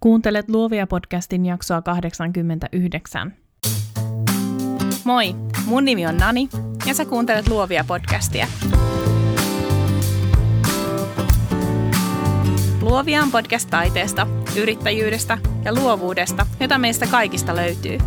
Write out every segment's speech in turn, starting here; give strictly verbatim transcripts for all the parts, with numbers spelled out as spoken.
Kuuntelet Luovia podcastin jaksoa kahdeksankymmentäyhdeksän. Moi, mun nimi on Nani ja sä kuuntelet Luovia podcastia. Luovia on podcast taiteesta, yrittäjyydestä ja luovuudesta, jota meistä kaikista löytyy.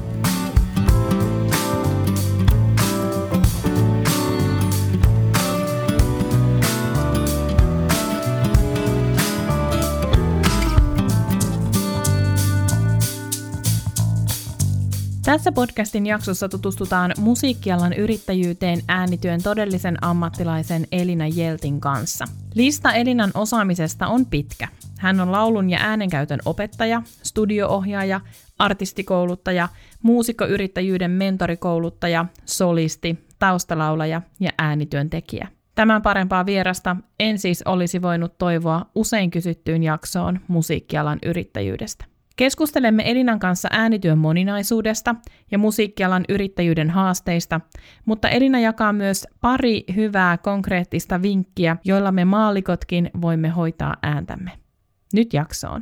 Tässä podcastin jaksossa tutustutaan musiikkialan yrittäjyyteen äänityön todellisen ammattilaisen Elina Jeltin kanssa. Lista Elinan osaamisesta on pitkä. Hän on laulun ja äänenkäytön opettaja, studio-ohjaaja, artistikouluttaja, muusikkoyrittäjyyden mentorikouluttaja, solisti, taustalaulaja ja äänityöntekijä. Tämän parempaa vierasta en siis olisi voinut toivoa usein kysyttyyn jaksoon musiikkialan yrittäjyydestä. Keskustelemme Elinan kanssa äänityön moninaisuudesta ja musiikkialan yrittäjyyden haasteista, mutta Elina jakaa myös pari hyvää konkreettista vinkkiä, joilla me maallikotkin voimme hoitaa ääntämme. Nyt jaksoon.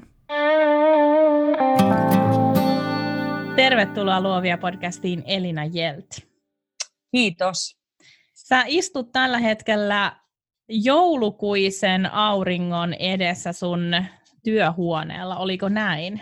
Tervetuloa Luovia podcastiin Elina Jelt. Kiitos. Sä istut tällä hetkellä joulukuisen auringon edessä sun työhuoneella, oliko näin?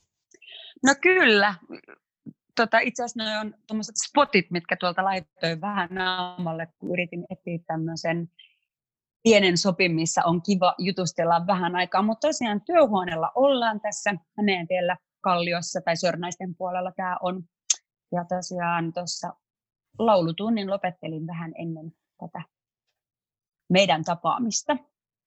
No kyllä. Tota, itse asiassa ne on tuommoiset spotit, mitkä tuolta laittoin vähän naamalle, kun yritin etsiä tämmöisen pienen sopin, missä on kiva jutustella vähän aikaa. Mutta tosiaan työhuoneella ollaan tässä Hämeentiellä Kalliossa tai Sörnäisten puolella tämä on. Ja tosiaan tuossa laulutunnin lopettelin vähän ennen tätä meidän tapaamista.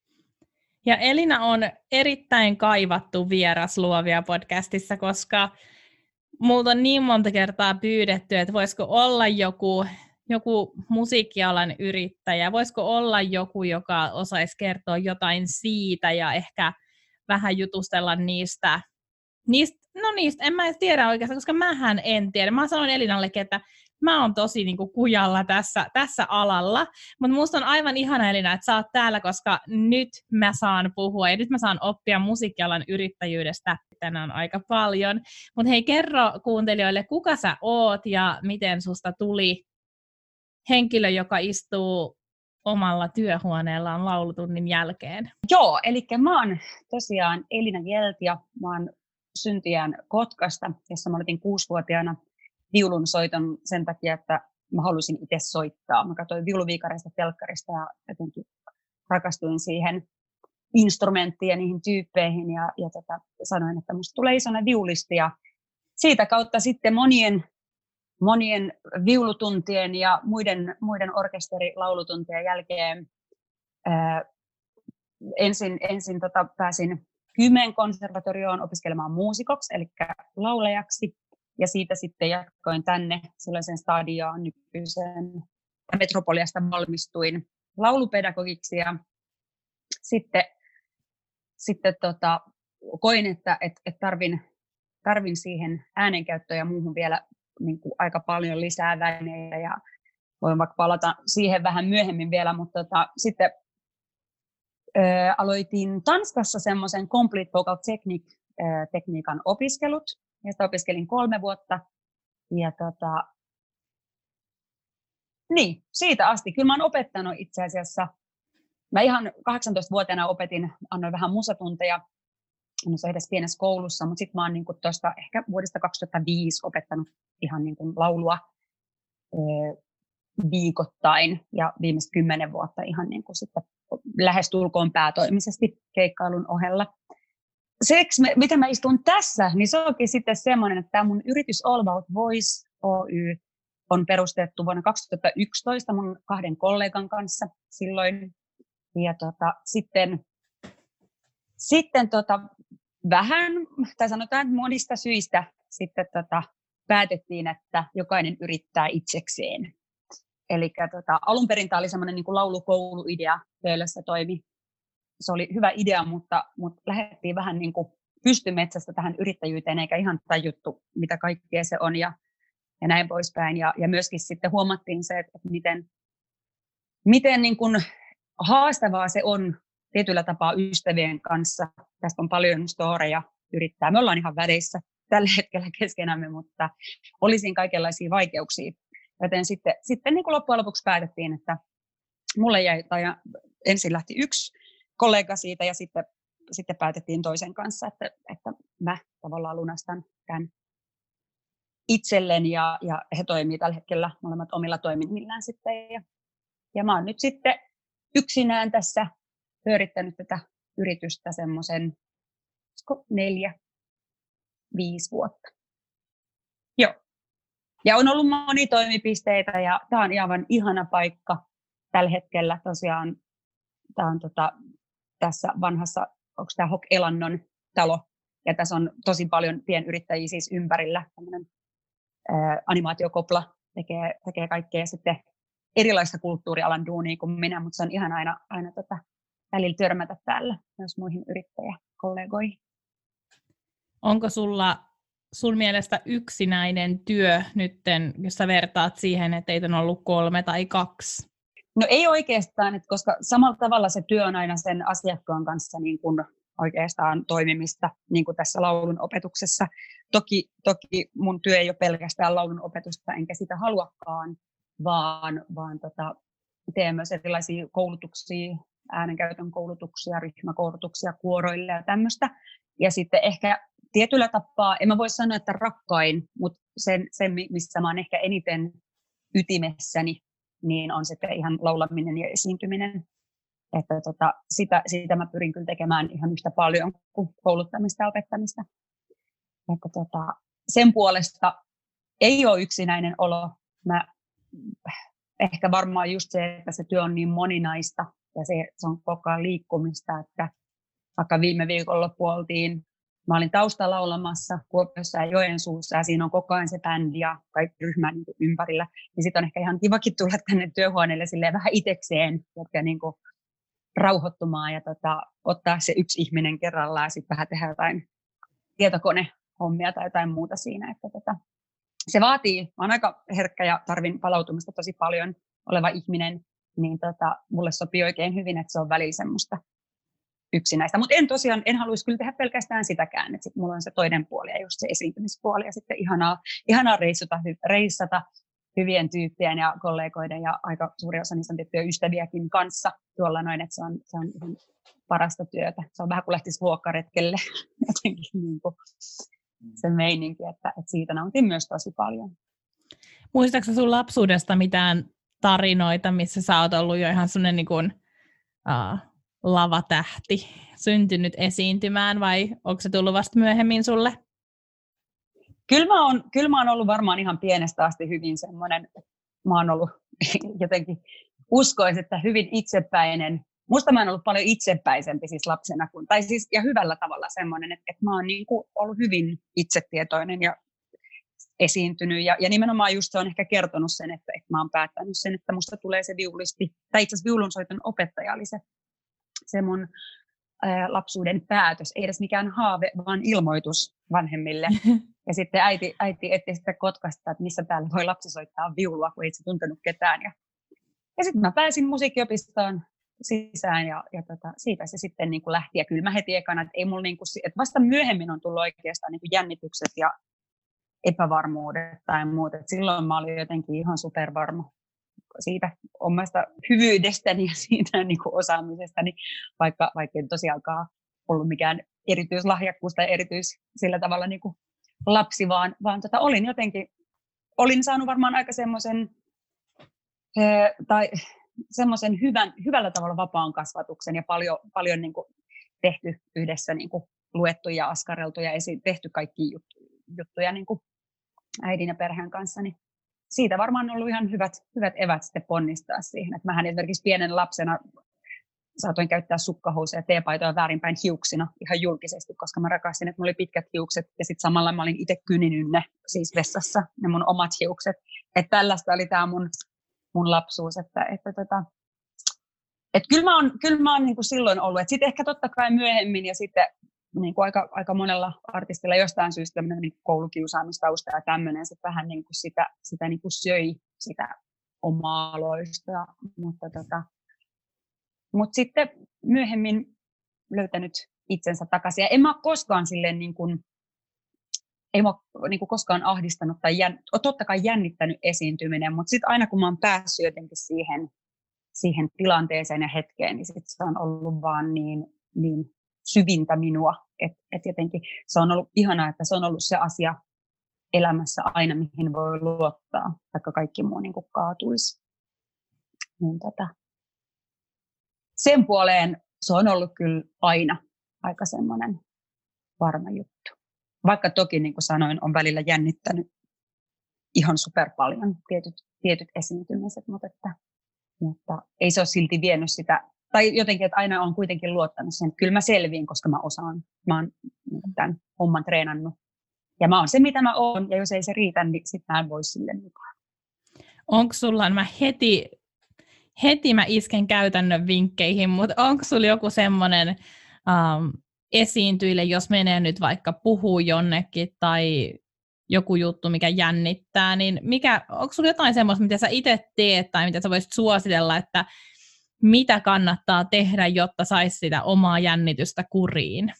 Ja Elina on erittäin kaivattu vieras Luovia podcastissa, koska multa on niin monta kertaa pyydetty, että voisiko olla joku, joku musiikkialan yrittäjä, voisiko olla joku, joka osaisi kertoa jotain siitä ja ehkä vähän jutustella niistä, niistä no niistä, en mä edes tiedä oikeastaan, koska mähän en tiedä. Mä sanoin Elinallekin, että mä oon tosi niin kuin kujalla tässä, tässä alalla, mutta musta on aivan ihana Elina, että sä oot täällä, koska nyt mä saan puhua ja nyt mä saan oppia musiikkialan yrittäjyydestä tänään aika paljon. Mutta hei, kerro kuuntelijoille, kuka sä oot ja miten susta tuli henkilö, joka istuu omalla työhuoneellaan laulutunnin jälkeen. Joo, eli mä oon tosiaan Elina Jelt ja mä oon syntyjään Kotkasta, jossa mä aloitin kuusivuotiaana viulun soiton sen takia, että mä halusin itse soittaa. Mä katsoin viuluviikareista telkkarista ja jotenkin rakastuin siihen instrumenttiin ja niihin tyyppeihin ja, ja tota, sanoin, että musta tulee isona viulisti. Ja siitä kautta sitten monien, monien viulutuntien ja muiden, muiden orkesterilaulutuntien jälkeen ää, ensin, ensin tota, pääsin Kymen konservatorioon opiskelemaan muusikoksi, eli laulajaksi. Ja siitä sitten jatkoin tänne silloisen stadioon nykyisen Metropoliasta valmistuin laulupedagogiksi ja sitten, sitten tota, koin, että et, et tarvin, tarvin siihen äänenkäyttöön ja muuhun vielä niin kuin aika paljon lisää välineitä ja voin vaikka palata siihen vähän myöhemmin vielä, mutta tota, sitten ää, aloitin Tanskassa semmoisen Complete Vocal Technique ää, tekniikan opiskelut. Ja sitä opiskelin kolme vuotta. Ja tota, niin, siitä asti. Kyllä mä oon opettanut itse asiassa. Mä ihan kahdeksantoistavuotiaana opetin, annoin vähän musatunteja. En ole edes pienessä koulussa, mutta sitten mä oon niinku tuosta ehkä vuodesta kaksituhattaviisi opettanut ihan niinku laulua e, viikoittain. Ja viimeiset kymmenen vuotta ihan niinku sitten lähestulkoon päätoimisesti keikkailun ohella. Se, mitä mä istun tässä, niin se onkin sitten semmoinen, että tämä mun yritys All About Voice Oy on perustettu vuonna kaksituhattayksitoista mun kahden kollegan kanssa silloin. Ja tota, sitten, sitten tota, vähän, tai sanotaan monista syistä, sitten tota, päätettiin, että jokainen yrittää itsekseen. Eli tota, alun perin tämä oli semmoinen niin kuin laulukouluidea, Töölössä toimi. Se oli hyvä idea, mutta, mutta lähdettiin vähän niin kuin pystymetsästä tähän yrittäjyyteen, eikä ihan tajuttu, mitä kaikkea se on ja, ja näin poispäin. Ja, ja myöskin sitten huomattiin se, että miten, miten niin kuin haastavaa se on tietyllä tapaa ystävien kanssa. Tästä on paljon storeja yrittää. Me ollaan ihan väleissä tällä hetkellä keskenämme, mutta olisi kaikenlaisia vaikeuksia. Joten sitten, sitten niin kuin loppujen lopuksi päätettiin, että mulle jäi, tai ensin lähti yksi kollega siitä ja sitten, sitten päätettiin toisen kanssa, että, että mä tavallaan lunastan tämän itselleen ja, ja he toimii tällä hetkellä molemmat omilla toiminnillään sitten. Ja, ja mä oon nyt sitten yksinään tässä pyörittänyt tätä yritystä semmoisen neljä, viisi vuotta. Joo. Ja on ollut monia toimipisteitä ja tämä on aivan ihana paikka tällä hetkellä. Tosiaan tämä on tota, tässä vanhassa, onko tämä Hok Elannon talo, ja tässä on tosi paljon pienyrittäjiä siis ympärillä. Tämmöinen ää, animaatiokopla tekee, tekee kaikkea sitten erilaista kulttuurialan duunia kuin minä, mutta se on ihan aina, aina tota, välillä törmätä täällä myös muihin yrittäjäkollegoihin. Onko sulla sun mielestä yksinäinen työ nytten, jos sä vertaat siihen, että teitä on ollut kolme tai kaksi? No ei oikeastaan, että koska samalla tavalla se työ on aina sen asiakkaan kanssa niin kuin oikeastaan toimimista, niin kuin tässä laulun opetuksessa. Toki, toki mun työ ei ole pelkästään laulun opetusta, enkä sitä haluakaan, vaan, vaan tota, teen myös erilaisia koulutuksia, äänenkäytön koulutuksia, ryhmäkoulutuksia kuoroille ja tämmöistä. Ja sitten ehkä tietyllä tapaa, en mä voi sanoa, että rakkain, mutta sen, sen missä mä oon ehkä eniten ytimessäni, niin on sitten ihan laulaminen ja esiintyminen. Että tota, sitä, sitä mä pyrin kyllä tekemään ihan yhtä paljon kuin kouluttamista ja opettamista. Että tota, sen puolesta ei ole yksinäinen olo. Mä, ehkä varmaan just se, että se työ on niin moninaista ja se, se on koko ajan liikkumista, että vaikka viime viikonloppu oltiin, mä olin taustalla laulamassa Kuopiossa ja Joensuussa ja siinä on koko ajan se bändi ja kaikki ryhmä niin kuin ympärillä, niin sitten on ehkä ihan kivakin tulla tänne työhuoneelle silleen vähän itekseen, jotka niin kuin rauhoittumaan ja tota, ottaa se yksi ihminen kerrallaan ja sitten vähän tehdä jotain tietokonehommia tai jotain muuta siinä. Että tota, se vaatii, mä oon aika herkkä ja tarvin palautumista tosi paljon oleva ihminen, niin tota, mulle sopii oikein hyvin, että se on välillä semmoista yksinäistä. Mutta en tosiaan, en haluaisi kyllä tehdä pelkästään sitäkään, että sitten mulla on se toinen puoli ja just se esiintymispuoli ja sitten ihanaa, ihanaa reissata, reissata hyvien tyyppien ja kollegoiden ja aika suuri osa niistä on tiettyjä ystäviäkin kanssa tuolla noin, että se on, se on ihan parasta työtä. Se on vähän kuin lähtisi luokkaretkelle jotenkin niin kuin se meininki, että, että siitä nautin myös tosi paljon. Muistaaksä sun lapsuudesta mitään tarinoita, missä sä oot ollut jo ihan sellainen niin kuin, uh, lavatähti, syntynyt esiintymään vai onko se tullut vasta myöhemmin sulle? Kyllä mä oon, kyllä mä oon ollut varmaan ihan pienestä asti hyvin semmoinen, mä oon ollut jotenkin uskoisin, että hyvin itsepäinen. Musta mä oon ollut paljon itsepäisempi siis lapsena, kuin, tai siis ja hyvällä tavalla semmoinen, että, että mä oon niin kuin ollut hyvin itsetietoinen ja esiintynyt. Ja, ja nimenomaan just se on ehkä kertonut sen, että, että mä oon päättänyt sen, että musta tulee se viulisti, tai itse asiassa viulunsoiton opettaja oli se, se mun ää, lapsuuden päätös. Ei edes mikään haave, vaan ilmoitus vanhemmille. Ja sitten äiti, äiti etti sitä Kotkasta, että missä täällä voi lapsi soittaa viulua, kun ei se tuntenut ketään. Ja, ja sitten mä pääsin musiikkiopistoon sisään ja, ja tota, siitä se sitten niin kuin lähti. Ja kyllä mä heti ekana, että, ei mulla niin kuin, että vasta myöhemmin on tullut oikeastaan niin kuin jännitykset ja epävarmuudet tai muut. Et silloin mä olin jotenkin ihan supervarma siitä omasta hyvyydestäni ja siitä niin kuin osaamisestani, vaikka, vaikka ei tosiaankaan ollut mikään erityislahjakkuus tai erityis sillä tavalla niin kuin lapsi, vaan, vaan tota, olin jotenkin, olin saanut varmaan aika semmoisen tai semmoisen hyvän, hyvällä tavalla vapaan kasvatuksen ja paljon, paljon niin kuin tehty yhdessä niin kuin luettu ja askareltu ja esi- tehty kaikki juttuja niin kuin äidin ja perheen kanssa, niin siitä varmaan on ollut ihan hyvät, hyvät evät sitten ponnistaa siihen. Että mähän esimerkiksi pienen lapsena saatoin käyttää sukkahousuja ja teepaitoja väärinpäin hiuksina ihan julkisesti, koska mä rakastin, että mulla oli pitkät hiukset ja sitten samalla mä olin itse kyninyt ne siis vessassa, ne mun omat hiukset. Että tällaista oli tämä mun, mun lapsuus, että, että tota, et kyllä mä oon, kyllä mä oon niin kuin silloin ollut, että sitten ehkä totta kai myöhemmin ja sitten niin kuin aika, aika monella artistilla jostain syystä tämmöinen niin koulukiusaamistausta ja tämmöinen sitten vähän niin kuin sitä, sitä niin kuin söi sitä omaa loistoa, mutta tota, Mutta sitten myöhemmin löytänyt itsensä takaisin. Ja en mä ole koskaan silleen niin kuin, ei mä ole niin kuin koskaan ahdistanut tai jän, totta kai jännittänyt esiintyminen, mutta sitten aina kun mä oon päässyt jotenkin siihen, siihen tilanteeseen ja hetkeen, niin sit se on ollut vaan niin, niin syvintä minua, että et jotenkin se on ollut ihanaa, että se on ollut se asia elämässä aina, mihin voi luottaa, vaikka kaikki muu niin kuin kaatuisi. Niin tota, sen puoleen se on ollut kyllä aina aika semmoinen varma juttu. Vaikka toki, niin kuin sanoin, on välillä jännittänyt ihan super paljon tietyt, tietyt esiintymiset, mutta, että, mutta ei se ole silti vienyt sitä. Tai jotenkin, että aina on kuitenkin luottanut sen, että kyllä mä selviin, koska mä osaan. Mä oon tämän homman treenannut. Ja mä oon se, mitä mä oon, ja jos ei se riitä, niin sitten mä en voi sille mukaan. Onko sulla, mä heti, heti mä isken käytännön vinkkeihin, mutta onko sulla joku semmoinen um, esiintyjille, jos menee nyt vaikka puhuu jonnekin tai joku juttu, mikä jännittää, niin mikä, onko sulla jotain semmoista, mitä sä itse teet tai mitä sä voisit suositella, että mitä kannattaa tehdä, jotta saisi sitä omaa jännitystä kuriin?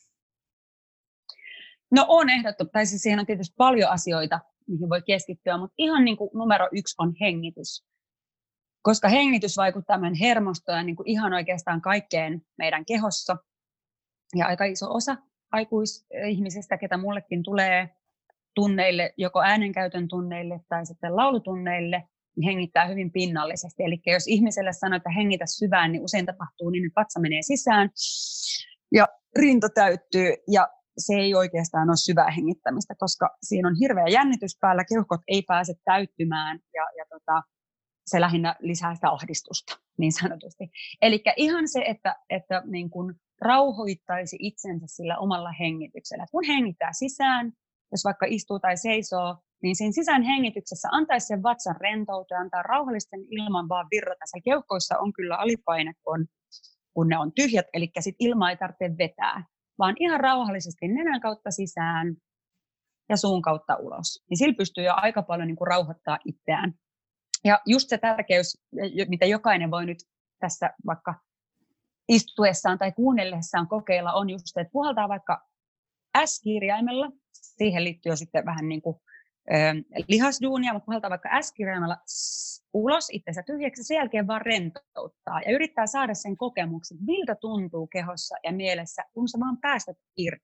No on ehdottu, tai siis siihen on tietysti paljon asioita, mihin voi keskittyä, mutta ihan niin kuin numero yksi on hengitys. Koska hengitys vaikuttaa meidän hermostoon niin kuin ihan oikeastaan kaikkeen meidän kehossa. Ja aika iso osa aikuisihmisistä, ketä mullekin tulee tunneille, joko äänenkäytön tunneille tai sitten laulutunneille, niin hengittää hyvin pinnallisesti. Eli jos ihmiselle sanoo, että hengitä syvään, niin usein tapahtuu niin, että vatsa menee sisään ja rinta täyttyy. Ja se ei oikeastaan ole syvää hengittämistä, koska siinä on hirveä jännitys päällä, keuhkot ei pääse täyttymään ja, ja tota, se lähinnä lisää sitä ahdistusta, niin sanotusti. Eli ihan se, että, että niin kun rauhoittaisi itsensä sillä omalla hengityksellä. Kun hengittää sisään, jos vaikka istuu tai seisoo, niin siinä sisään hengityksessä antaisi sen vatsan rentoutua ja antaa rauhallisten ilman vaan virrata. Siellä keuhkoissa on kyllä alipaine, kun, kun ne on tyhjät, eli sit ilma ei tarvitse vetää, vaan ihan rauhallisesti nenän kautta sisään ja suun kautta ulos. Niin sillä pystyy jo aika paljon niin kuin rauhoittaa itseään. Ja just se tärkeys, mitä jokainen voi nyt tässä vaikka istuessaan tai kuunnellessaan kokeilla, on just se, että puhaltaa vaikka S-kirjaimella. Siihen liittyy jo sitten vähän niin kuin ö, lihasduunia, mutta puhaltaa vaikka S-kirjaimella ulos itsensä tyhjäksi, sen jälkeen vaan rentouttaa ja yrittää saada sen kokemuksen, miltä tuntuu kehossa ja mielessä, kun sä vaan päästät irti.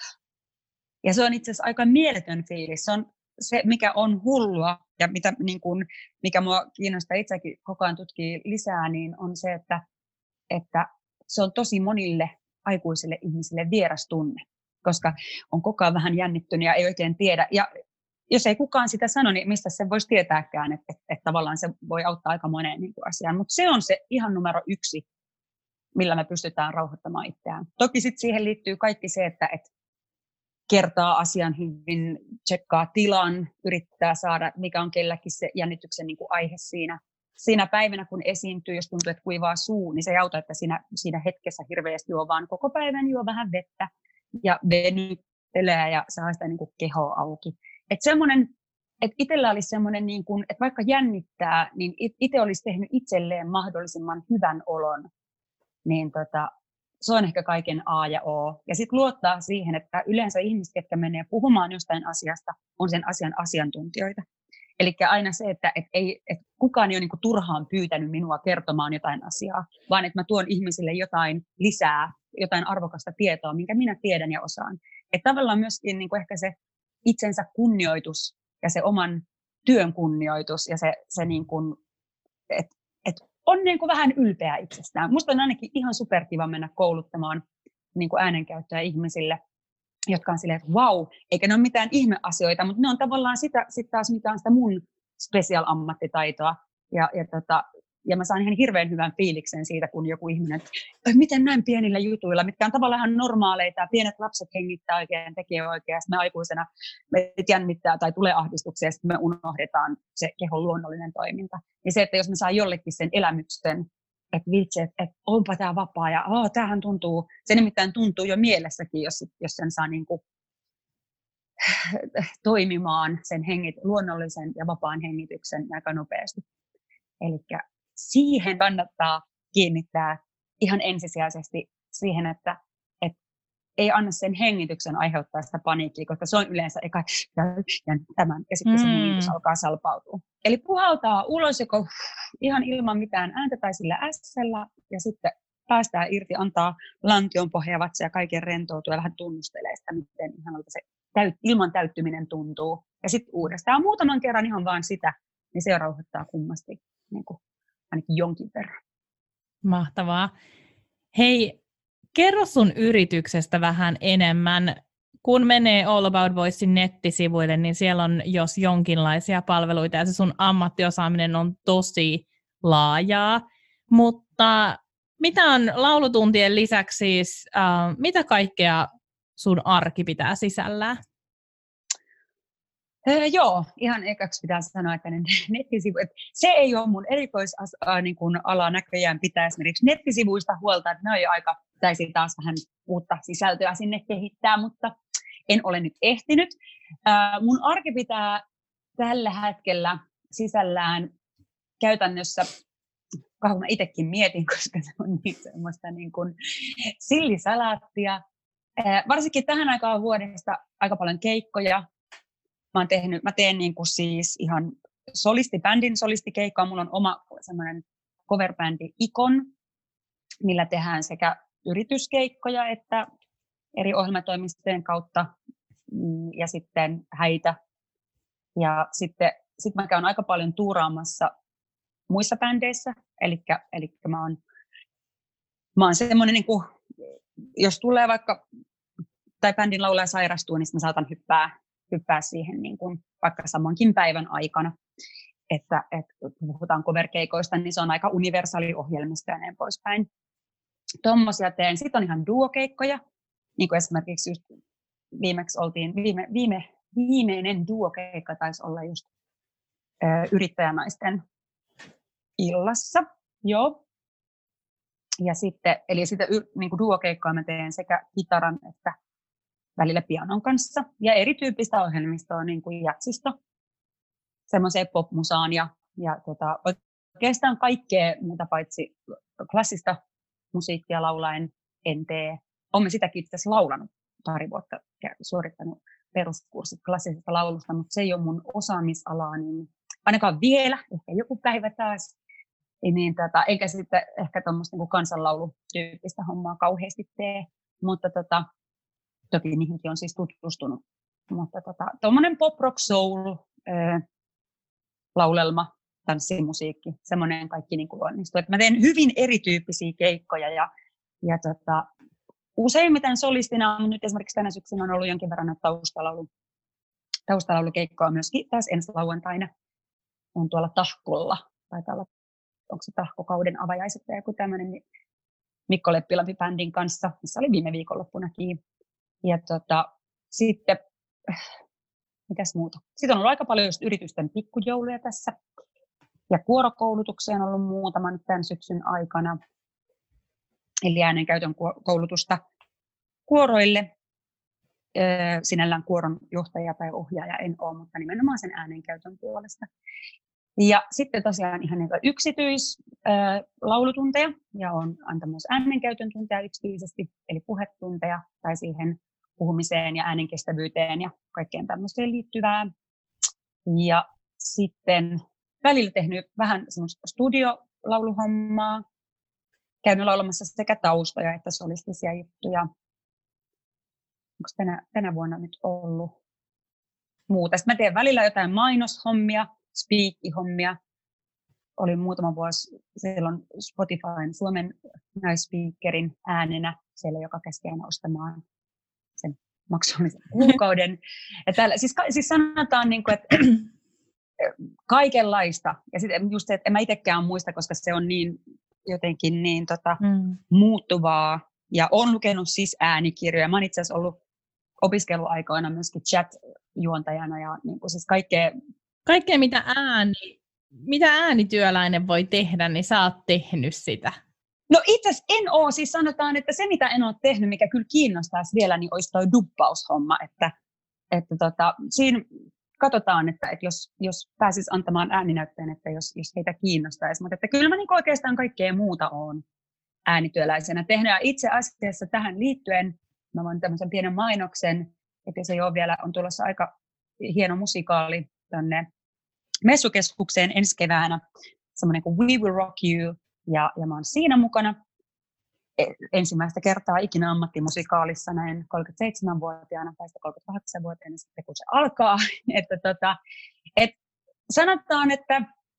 Ja se on itse asiassa aika mieletön fiilis. Se on se, mikä on hullua ja mitä, niin kun, mikä mua kiinnostaa itsekin koko ajan tutkii lisää, niin on se, että, että se on tosi monille aikuisille ihmisille vieras tunne, koska on koko ajan vähän jännittynyt ja ei oikein tiedä. Ja jos ei kukaan sitä sano, niin mistä se voisi tietääkään, että, että, että tavallaan se voi auttaa aika moneen niin kuin asiaan. Mutta se on se ihan numero yksi, millä me pystytään rauhoittamaan itseään. Toki sitten siihen liittyy kaikki se, että, että kertaa asian hyvin, tsekkaa tilan, yrittää saada, mikä on kelläkin se jännityksen niin kuin aihe siinä. Siinä päivänä, kun esiintyy, jos tuntuu, että kuivaa suu, niin se ei auta, että siinä, siinä hetkessä hirveästi juo, vaan koko päivän juo vähän vettä ja venyttelee ja saa sitä niin kuin kehoa auki. Että semmoinen, että itsellä olisi semmoinen, niin kuin, että vaikka jännittää, niin itse olisi tehnyt itselleen mahdollisimman hyvän olon, niin tota, se on ehkä kaiken A ja O. Ja sitten luottaa siihen, että yleensä ihmiset, ketkä menee puhumaan jostain asiasta, on sen asian asiantuntijoita. Eli aina se, että et ei, et kukaan ei ole niinku turhaan pyytänyt minua kertomaan jotain asiaa, vaan että mä tuon ihmisille jotain lisää, jotain arvokasta tietoa, minkä minä tiedän ja osaan. Että tavallaan myöskin niinku ehkä se itsensä kunnioitus ja se oman työn kunnioitus ja se, se niinku, että et on niinku vähän ylpeä itsestään. Musta on ainakin ihan superkiva mennä kouluttamaan niinku äänenkäyttöä ihmisille, jotka on silleen, että vau, eikä ne ole mitään ihmeasioita, mutta ne on tavallaan sitä sit taas, mikä on sitä mun special-ammattitaitoa. Ja, ja, tota, ja mä saan ihan hirveän hyvän fiiliksen siitä, kun joku ihminen, että miten näin pienillä jutuilla, mitkä on tavallaan ihan normaaleita, pienet lapset hengittää oikein, tekee oikein, me aikuisena meitä jännittää tai tulee ahdistuksia, ja sitten me unohdetaan se kehon luonnollinen toiminta. Ja se, että jos me saa jollekin sen elämyksen, että vitsi, että, että onpa tämä vapaa ja oh, tämähän tuntuu, se nimittäin tuntuu jo mielessäkin, jos, jos sen saa niin kuin, toimimaan sen hengit, luonnollisen ja vapaan hengityksen aika nopeasti. Eli siihen kannattaa kiinnittää ihan ensisijaisesti siihen, että, että ei anna sen hengityksen aiheuttaa sitä paniikkia, koska se on yleensä eka ja, ja tämän, ja sitten mm. se hengitus alkaa salpautua. Eli puhaltaa ulos joko ihan ilman mitään ääntä tai sillä ässellä, ja sitten päästään irti, antaa lantion pohjaavatsa ja kaiken rentoutua ja vähän tunnustelee sitä, miten ihanalta se täyt, ilman täyttyminen tuntuu. Ja sitten uudestaan muutaman kerran ihan vaan sitä, niin se rauhoittaa kummasti niin kuin, ainakin jonkin verran. Mahtavaa. Hei, kerro sun yrityksestä vähän enemmän. Kun menee All About Voicen nettisivuille, niin siellä on jos jonkinlaisia palveluita ja se sun ammattiosaaminen on tosi laajaa. Mutta mitä on laulutuntien lisäksi siis, äh, mitä kaikkea sun arki pitää sisällään? Öö, joo, ihan ekaksi pitää sanoa, että ne nettisivu, että se ei ole mun erikoisala niin näköjään pitää esimerkiksi nettisivuista huolta, että ne on jo aika, pitäisi taas vähän uutta sisältöä sinne kehittää, mutta en ole nyt ehtinyt. Öö, mun arki pitää tällä hetkellä sisällään käytännössä, kahden mä itsekin mietin, koska se on niin semmoista niin kuin sillisalaattia. Öö, varsinkin tähän aikaan vuodesta aika paljon keikkoja. Mä, oon tehnyt, mä teen niin kuin siis ihan solistibändin solistikeikkaa. Mulla on oma semmoinen coverbändi Ikon, millä tehdään sekä yrityskeikkoja että eri ohjelmatoimistojen kautta ja sitten häitä. Ja sitten sit mä käyn aika paljon tuuraamassa muissa bändeissä. Elikkä, elikkä mä oon, mä oon semmoinen, niin kuin, jos tulee vaikka, tai bändin laulaja sairastuu, niin mä saatan hyppää hyppää siihen niin kuin vaikka samankin päivän aikana, että, että kun puhutaan cover-keikoista, niin se on aika universaali ohjelmisto ja näin poispäin. Tuommoisia teen. Sitten on ihan duokeikkoja, niin kuin esimerkiksi just viimeksi oltiin, viime, viime, viimeinen duokeikka taisi olla just ö, yrittäjänaisten illassa. Joo. Ja sitten, eli sitä niin kuin duokeikkaa mä teen sekä kitaran että välillä pianon kanssa, ja erityyppistä ohjelmistoa, niin kuin jatsista, semmoiseen popmusaan, ja, ja tota, oikeastaan kaikkea muuta paitsi klassista musiikkia laulaen en tee. Olen sitäkin itse asiassa laulanut pari vuotta, suorittanut peruskurssit klassisesta laulusta, mutta se ei ole mun osaamisalaa, niin ainakaan vielä, ehkä joku päivä taas, niin tota, eikä sitten ehkä tuommoista niin kansanlaulutyyppistä hommaa kauheasti tee, mutta tota, toki niihinkin on siis tutustunut. Mutta tuommoinen tota, pop, rock, soul, ää, laulelma, tanssimusiikki, semmoinen kaikki niin kuin onnistuu. Et mä teen hyvin erityyppisiä keikkoja ja, ja tota, useimmiten solistina, nyt esimerkiksi tänä syksynä on ollut jonkin verran taustalaulu, taustalaulukeikkoa myöskin taas ensi lauantaina on tuolla Tahkolla. Taitaa olla, onko se Tahkokauden avajaiset tai joku tämmöinen Mikko Leppilampi-bändin kanssa, missä oli viime viikonloppunakin. Ja tota, sitten, mitäs muuta? Sitten on ollut aika paljon just yritysten pikkujouluja tässä. Ja kuorokoulutuksia on ollut muutama nyt tämän syksyn aikana. Eli äänenkäytön koulutusta kuoroille. Öö, sinällään kuoron johtaja tai ohjaaja en ole, mutta nimenomaan sen äänenkäytön puolesta. Ja sitten tosiaan ihan niin yksityislaulutunteja ja on antanut myös äänenkäytön tunteja yksityisesti, eli puhetunteja tai siihen puhumiseen ja äänenkestävyyteen ja kaikkeen tämmöiseen liittyvää. Ja sitten välillä tehnyt vähän semmoista studiolauluhommaa, käynyt laulamassa sekä taustoja että solistisia juttuja. Onko tänä, tänä vuonna nyt ollut muuta? Sitten mä teen välillä jotain mainoshommia, speak-hommia. Olin muutama vuosi silloin Spotifyn Suomen naisspeakerin äänenä siellä, joka käski aina ostamaan sen maksullisen kuukauden. Ja täällä, siis, siis sanotaan, niin kuin, että kaikenlaista. Ja sitten just se, että en mä itsekään muista, koska se on niin jotenkin niin tota, mm. muuttuvaa. Ja olen lukenut siis äänikirjoja. Mä oon itse asiassa ollut opiskeluaikoina myöskin chat-juontajana ja niin kuin siis kaikkea. Kaikkea, mitä, ääni, mitä äänityöläinen voi tehdä, niin sä oot tehnyt sitä. No itse asiassa en ole. Siis sanotaan, että se mitä en ole tehnyt, mikä kyllä kiinnostaisi vielä, niin olisi toi dubbaushomma. Että, että tota, siinä katsotaan, että, että jos, jos pääsisi antamaan ääninäytteen, että jos, jos heitä kiinnostaisi. Mutta että kyllä mä niin oikeastaan kaikkea muuta olen äänityöläisenä tehnyt. Ja itse asiassa tähän liittyen mä voin tämmöisen pienen mainoksen, että se ei ole vielä, on tulossa aika hieno musikaali tänne messukeskukseen ensi keväänä, semmoinen kuin We Will Rock You, ja, ja mä oon siinä mukana ensimmäistä kertaa ikinä ammattimusikaalissa näin kolmekymmentäseitsemänvuotiaana tai kolmekymmentäkahdeksanvuotiaana sitten kun se alkaa. Että tota, et sanotaan, että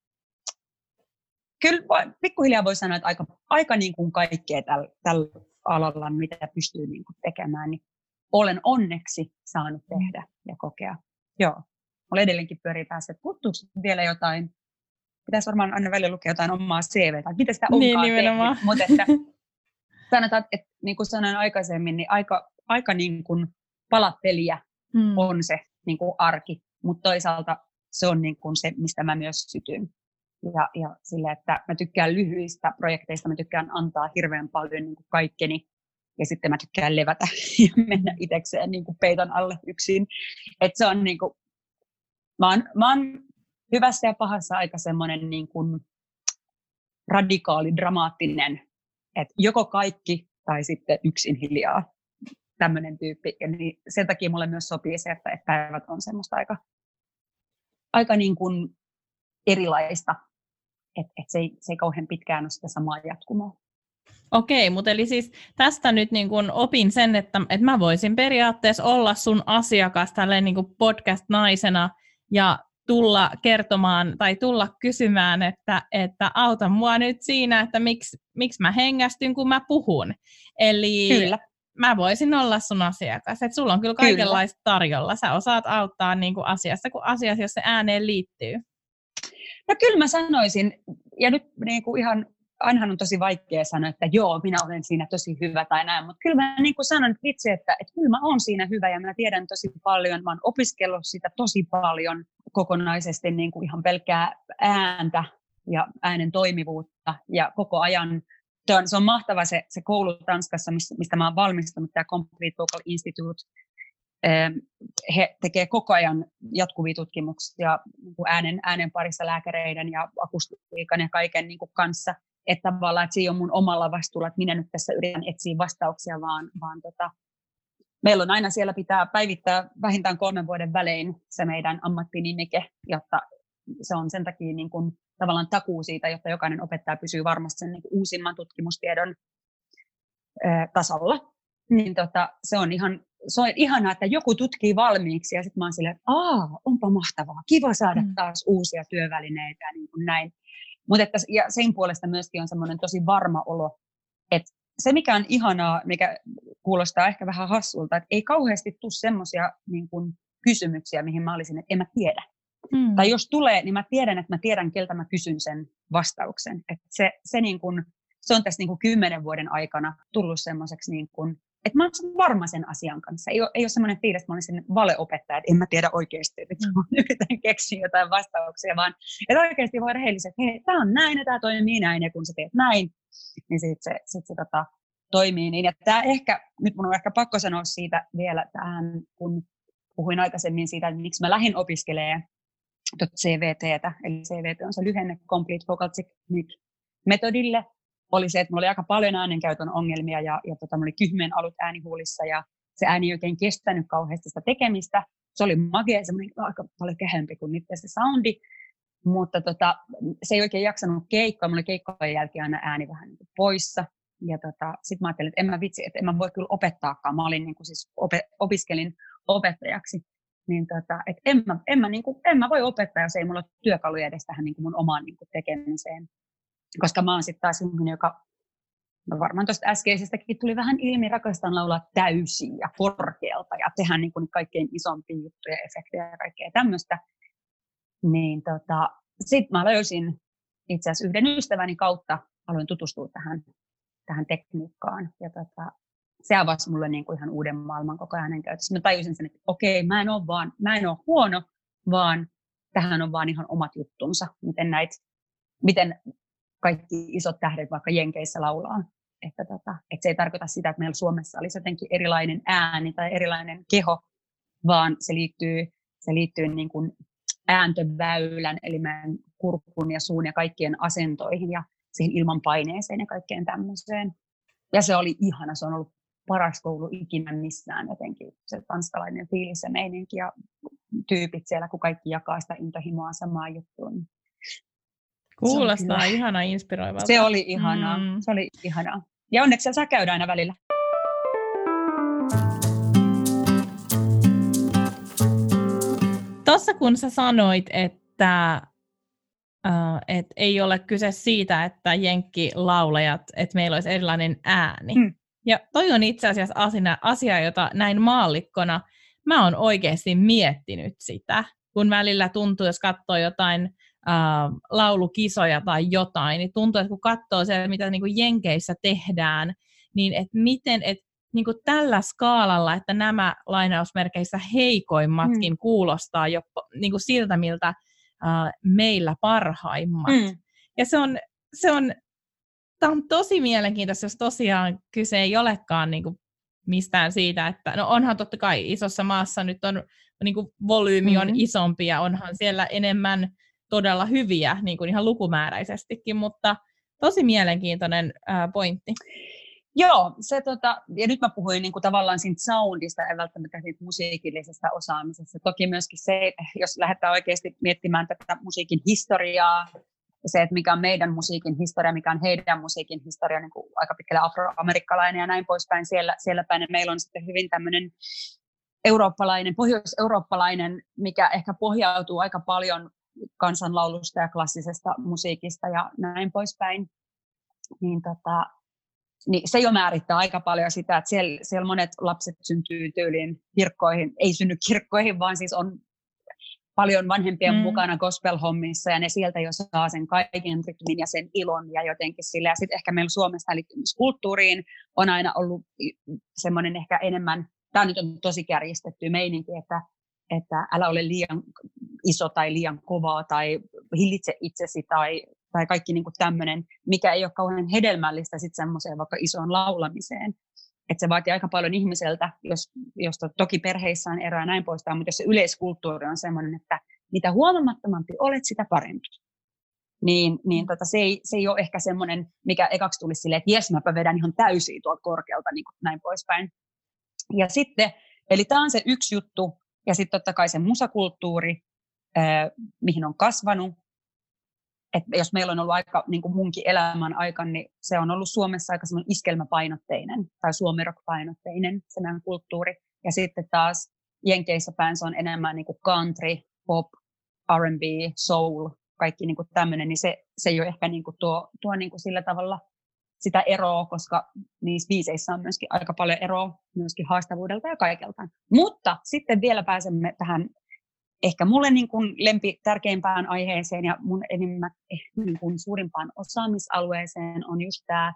kyllä pikkuhiljaa voi sanoa, että aika, aika niin kuin kaikkea tällä, tällä alalla, mitä pystyy niin kuin tekemään, niin olen onneksi saanut tehdä ja kokea. Joo, mulla edelleenkin pyörii päässä, että puuttuuko vielä jotain, pitäisi varmaan aina välillä lukea jotain omaa C V:tä, mitä sitä onkaan niin, tehnyt, mutta että sanotaan, että niin kuin sanoin aikaisemmin, niin aika, aika niin kuin palapeliä hmm. on se niin kuin arki, mutta toisaalta se on niin kuin se, mistä mä myös sytyn. Ja, ja sille, että mä tykkään lyhyistä projekteista, mä tykkään antaa hirveän paljon niin kuin kaikkeni, ja sitten mä tykkään levätä ja mennä itsekseen niin kuin peiton alle yksin. Että se on niin kuin, mä oon, mä oon hyvässä ja pahassa aika semmoinen niin kuin radikaali, dramaattinen, että joko kaikki tai sitten yksin hiljaa, tämmöinen tyyppi. Ja niin sen takia mulle myös sopii se, että päivät on semmoista aika, aika niin kuin erilaista, että et se, se ei kauhean pitkään ole sitä samaa jatkumoa. Okei, mutta eli siis tästä nyt niin kun opin sen, että, että mä voisin periaatteessa olla sun asiakas tälleen niin kuin podcast-naisena ja tulla kertomaan tai tulla kysymään, että, että auta mua nyt siinä, että miksi, miksi mä hengästyn, kun mä puhun. Eli kyllä. Mä voisin olla sun asiakas. Että sulla on kyllä kaikenlaista tarjolla. Sä osaat auttaa niin kuin asiassa, kun asiassa, jos se ääneen liittyy. No kyllä mä sanoisin, ja nyt niin kuin ihan, ainahan on tosi vaikea sanoa, että joo, minä olen siinä tosi hyvä tai näin, mutta kyllä mä niin kuin sanon itse, että, että kyllä mä oon siinä hyvä ja mä tiedän tosi paljon, mä oon opiskellut sitä tosi paljon kokonaisesti niin kuin ihan pelkkää ääntä ja äänen toimivuutta ja koko ajan. Se on mahtava se, se koulu Tanskassa, mistä mä oon valmistunut, tämä Complete Vocal Institute. He tekee koko ajan jatkuvia tutkimuksia äänen, äänen parissa lääkäreiden ja akustiikan ja kaiken niin kuin kanssa. Että tavallaan, että se ei ole mun omalla vastuulla, että minä nyt tässä yritän etsiä vastauksia, vaan, vaan tota, meillä on aina siellä pitää päivittää vähintään kolmen vuoden välein se meidän ammattinimike, jotta se on sen takia niin kuin tavallaan takuu siitä, jotta jokainen opettaja pysyy varmasti sen niin kuin uusimman tutkimustiedon ää, tasalla. Niin tota, se on ihan se on ihanaa, että joku tutkii valmiiksi ja sitten mä oon silleen, että aah, onpa mahtavaa, kiva saada taas uusia työvälineitä ja niin kuin näin. Mutta että ja sen puolesta myöskin on semmoinen tosi varma olo, että se mikä on ihanaa, mikä kuulostaa ehkä vähän hassulta, että ei kauheasti tule semmoisia niin kuin kysymyksiä, mihin mä olisin, että en mä tiedä. Hmm. Tai jos tulee, niin mä tiedän, että mä tiedän, keltä mä kysyn sen vastauksen. Että se, se, niin kuin, se on tässä niin kuin kymmenen vuoden aikana tullut semmoiseksi, niin kuin, että mä oon varma sen asian kanssa. Ei ole, ei ole semmoinen fiilis, että mä olisin valeopettaja, että en mä tiedä oikeasti, että mä yritän keksiä jotain vastauksia, vaan että oikeasti voi rehellisesti, että hei, tää on näin ja tää toimii näin, ja kun sä teet näin, niin sit se, sit se tota, toimii niin. Ja tää ehkä, nyt mun on ehkä pakko sanoa siitä vielä tähän, kun puhuin aikaisemmin siitä, että miksi mä lähdin opiskelemaan C V T:tä, eli C V T on se lyhenne Complete Vocal Technique metodille, oli se, että mulla oli aika paljon äänenkäytön ongelmia ja, ja tota, mulla oli kyhmeen alut äänihuulissa ja se ääni ei oikein kestänyt kauheasti sitä tekemistä. Se oli magia, semmoinen aika paljon kehempi kuin nyt se soundi, mutta tota, se ei oikein jaksanut keikkaa. Mulla oli keikkojen jälkeen aina ääni vähän niin kuin poissa. Ja tota, sitten mä ajattelin, että en mä vitsi, että en mä voi kyllä opettaakaan. Mä olin niin kuin siis ope- opiskelin opettajaksi. Niin tota, että en mä, en, mä, niin kuin, en mä voi opettaa, jos ei mulla ole työkaluja edes tähän niin kuin mun omaan niin kuin tekemiseen. Koska mä oon sitten taas ihminen, joka no varmaan tuosta äskeisestäkin tuli vähän ilmi, rakastan laulaa täysin ja korkealta ja tehdä niin kuin kaikkein isompia juttuja, efektejä ja kaikkea tämmöistä. Niin tota, sitten mä löysin itse asiassa yhden ystäväni kautta, aloin tutustua tähän, tähän tekniikkaan. Ja tota, se avasi mulle niin kuin ihan uuden maailman koko ajan käytössä. Mä tajusin sen, että okei, mä en ole vaan, mä en ole huono, vaan tähän on vaan ihan omat juttunsa, miten näitä, miten kaikki isot tähdet vaikka Jenkeissä laulaa. Että, tota, että se ei tarkoita sitä, että meillä Suomessa olisi jotenkin erilainen ääni tai erilainen keho, vaan se liittyy, se liittyy niin kuin ääntöväylän, eli meidän kurkun ja suun ja kaikkien asentoihin ja siihen ilmanpaineeseen ja kaikkeen tämmöiseen. Ja se oli ihana, se on ollut paras koulu ikinä missään jotenkin. Se tanskalainen fiilis ja meininki ja tyypit siellä, kun kaikki jakaa sitä intohimoa samaan juttuun. Kuulostaa ihana inspiroivalta. Se oli ihanaa. Mm. Se oli ihanaa. Ja onneksi siellä saa käydä aina välillä. Tuossa kun sä sanoit, että uh, et ei ole kyse siitä, että jenkkilaulajat, että meillä olisi erilainen ääni. Mm. Ja toi on itse asiassa asia, asia, jota näin maallikkona mä oon oikeasti miettinyt sitä, kun välillä tuntuu, jos katsoo jotain uh, laulukisoja tai jotain, niin tuntuu, että kun katsoo se, mitä niin kuin Jenkeissä tehdään, niin että miten, että niin kuin tällä skaalalla, että nämä lainausmerkeissä heikoimmatkin mm. kuulostaa jo niin kuin siltä, miltä uh, meillä parhaimmat. Mm. Ja se on, se on, tämä on tosi mielenkiintoista, jos tosiaan kyse ei olekaan niin kuin mistään siitä, että no onhan totta kai isossa maassa nyt on niin kuin volyymi on mm. isompi ja onhan siellä enemmän todella hyviä niin kuin ihan lukumääräisestikin, mutta tosi mielenkiintoinen uh, pointti. Joo, se tota, ja nyt mä puhuin niin kuin tavallaan siitä soundista, ei välttämättä siitä musiikillisesta osaamisesta. Toki myöskin se, jos lähdetään oikeasti miettimään tätä musiikin historiaa, se, että mikä on meidän musiikin historia, mikä on heidän musiikin historia, niin kuin aika pitkälle afroamerikkalainen ja näin poispäin siellä, siellä päin. Ja meillä on sitten hyvin tämmöinen eurooppalainen, pohjois-eurooppalainen, mikä ehkä pohjautuu aika paljon kansanlaulusta ja klassisesta musiikista ja näin poispäin. Niin tota, niin se jo määrittää aika paljon sitä, että siellä, siellä monet lapset syntyy tyyliin kirkkoihin, ei synny kirkkoihin, vaan siis on paljon vanhempien mm. mukana gospel-hommissa, ja ne sieltä jo saa sen kaiken rytmin ja sen ilon ja jotenkin sillä. Ja sitten ehkä meillä Suomessa liittyy myös kulttuuriin on aina ollut semmoinen ehkä enemmän, tämä nyt on tosi kärjistetty meininki, että, että älä ole liian iso tai liian kovaa tai hillitse itsesi tai tai kaikki niin kuin tämmöinen, mikä ei ole kauhean hedelmällistä sitten semmoiseen vaikka isoon laulamiseen. Että se vaatii aika paljon ihmiseltä, jos, jos toki perheissä on eroa ja näin poistaan, mutta jos se yleiskulttuuri on semmoinen, että mitä huomamattomampi olet, sitä parempi. Niin, niin tota, se, ei, se ei ole ehkä semmoinen, mikä ekaksi tulisi silleen, että jes, mäpä vedän ihan täysiä tuolta korkealta, niin kuin näin poispäin. Ja sitten, eli tämä on se yksi juttu, ja sitten totta kai se musakulttuuri, äh, mihin on kasvanut. Että jos meillä on ollut aika niin kuin munkin elämän aikana, niin se on ollut Suomessa aika semmoinen iskelmäpainotteinen tai suomirock-painotteinen se meidän kulttuuri. Ja sitten taas Jenkeissä päin se on enemmän niin kuin country, pop, R and B, soul, kaikki niin kuin tämmöinen, niin se, se ei ole ehkä niin kuin tuo, tuo niin kuin sillä tavalla sitä eroa, koska niissä biiseissä on myöskin aika paljon eroa myöskin haastavuudelta ja kaikelta. Mutta sitten vielä pääsemme tähän ehkä mulle niin kuin lempi tärkeimpään aiheeseen ja mun enimmät niin kuin suurimpaan osaamisalueeseen on just tämä,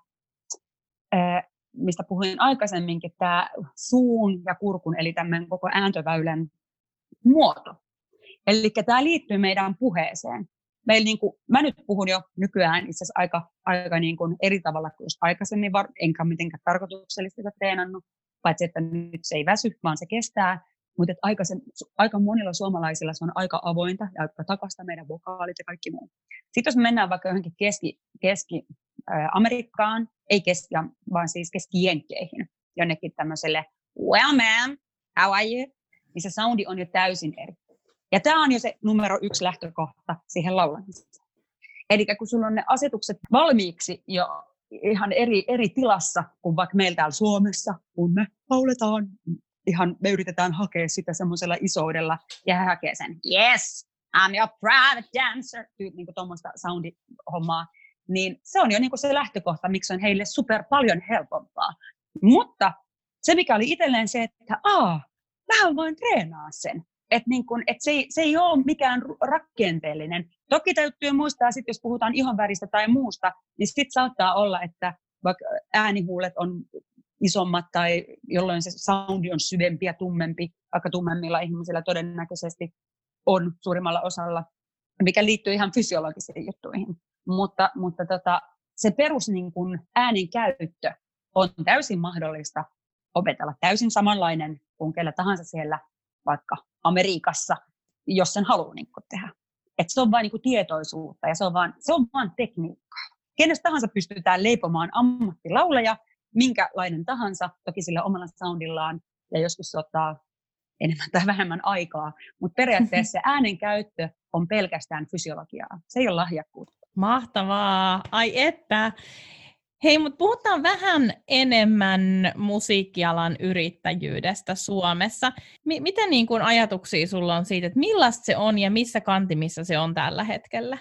mistä puhuin aikaisemminkin, tämä suun ja kurkun, eli tämmöinen koko ääntöväylän muoto. Eli tämä liittyy meidän puheeseen. Meillä niin kuin, mä nyt puhun jo nykyään itse asiassa aika, aika niin kuin eri tavalla kuin just aikaisemmin, enkä mitenkään tarkoituksellisesti treenannut, paitsi että nyt se ei väsy, vaan se kestää. Mutta aika monilla suomalaisilla se on aika avointa ja aika takasta meidän vokaalit ja kaikki muu. Sitten jos me mennään vaikka johonkin keski, Keski-Amerikkaan, ei keski, vaan siis keski-jenkkeihin, jonnekin tämmöiselle well ma'am, how are you? Niin se soundi on jo täysin eri. Ja tämä on jo se numero yksi lähtökohta siihen laulamiseen. Eli kun sulla on ne asetukset valmiiksi jo ihan eri, eri tilassa kuin vaikka meillä täällä Suomessa, kun me lauletaan, ihan me yritetään hakea sitä semmoisella isoudella, ja hän hakee sen, yes, I'm your private dancer, niin kuin tuommoista soundihommaa, niin se on jo niin kuin se lähtökohta, miksi on heille super paljon helpompaa. Mutta se, mikä oli itselleen se, että aa, vähän vain treenaa sen. Että niin kun, et se, se ei ole mikään rakenteellinen. Toki täytyy muistaa, sit jos puhutaan ihonväristä tai muusta, niin sitten saattaa olla, että vaikka äänihuulet on isommat tai jolloin se soundi on syvempi ja tummempi, vaikka tummemmilla ihmisillä todennäköisesti on suurimmalla osalla, mikä liittyy ihan fysiologisiin juttuihin. Mutta, mutta tota, se perus niin kun äänen käyttö on täysin mahdollista opetella, täysin samanlainen kuin kellä tahansa siellä vaikka Amerikassa, jos sen haluaa niin kuin tehdä. Et se on vain niin kuin tietoisuutta ja se on vain, se on vain tekniikkaa. Kenestä tahansa pystytään leipomaan ammattilaulaja minkälainen tahansa, toki sillä omalla soundillaan, ja joskus se ottaa enemmän tai vähemmän aikaa, mutta periaatteessa se äänen käyttö on pelkästään fysiologiaa. Se ei ole lahjakkuutta. Mahtavaa. Ai että. Hei, mutta puhutaan vähän enemmän musiikkialan yrittäjyydestä Suomessa. M- miten niin kuin ajatuksia sulla on siitä, että millaista se on ja missä kantimissa se on tällä hetkellä?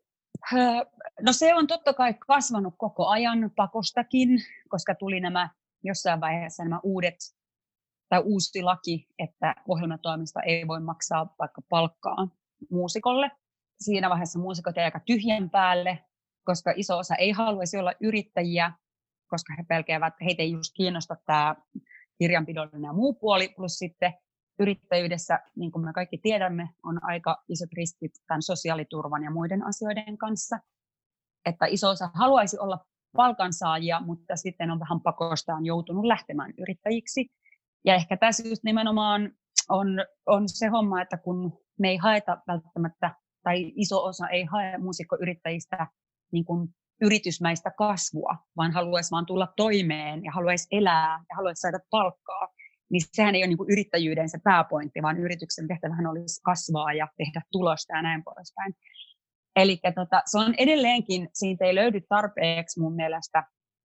No se on totta kai kasvanut koko ajan pakostakin, koska tuli nämä jossain vaiheessa nämä uudet, tai uusi laki, että ohjelmatoimista ei voi maksaa vaikka palkkaa muusikolle. Siinä vaiheessa muusikot jäi aika tyhjän päälle, koska iso osa ei haluaisi olla yrittäjiä, koska he pelkäävät, että heitä ei just kiinnosta tämä kirjanpidollinen ja muu puoli, plus sitten yrittäjyydessä, niin kuin me kaikki tiedämme, on aika isot riskit tämän sosiaaliturvan ja muiden asioiden kanssa, että iso osa haluaisi olla palkansaajia, mutta sitten on vähän pakostaan joutunut lähtemään yrittäjiksi. Ja ehkä tässä just nimenomaan on, on se homma, että kun me ei haeta välttämättä, tai iso osa ei hae muusikkoyrittäjistä niin kuin yritysmäistä kasvua, vaan haluaisi vaan tulla toimeen ja haluaisi elää ja haluaisi saada palkkaa, niin sehän ei ole niin kuin yrittäjyyden se pääpointti, vaan yrityksen tehtävähän olisi kasvaa ja tehdä tulosta ja näin poispäin. Eli tota, se on edelleenkin, siitä ei löydy tarpeeksi mun mielestä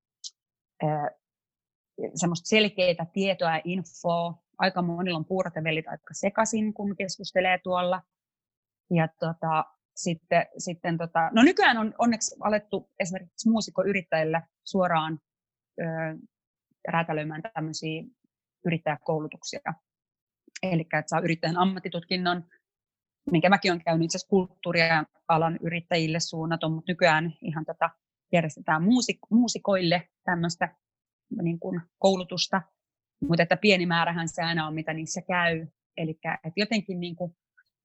ää, semmoista selkeää tietoa ja infoa. Aika monilla on puurot ja vellit aika sekaisin, kun keskustelee tuolla. Ja tota, sitten, sitten tota, no nykyään on onneksi alettu esimerkiksi muusikkoyrittäjille suoraan ö, räätälöimään tämmöisiä yrittäjäkoulutuksia. Eli että saa yrittäjän ammattitutkinnon, minkä mäkin olen käynyt itse asiassa kulttuurialan yrittäjille suunnaton, mutta nykyään ihan tätä järjestetään muusik- muusikoille tämmöistä niin kuin koulutusta, mutta että pieni määrähän se aina on, mitä niissä käy. Eli että jotenkin, niin kuin,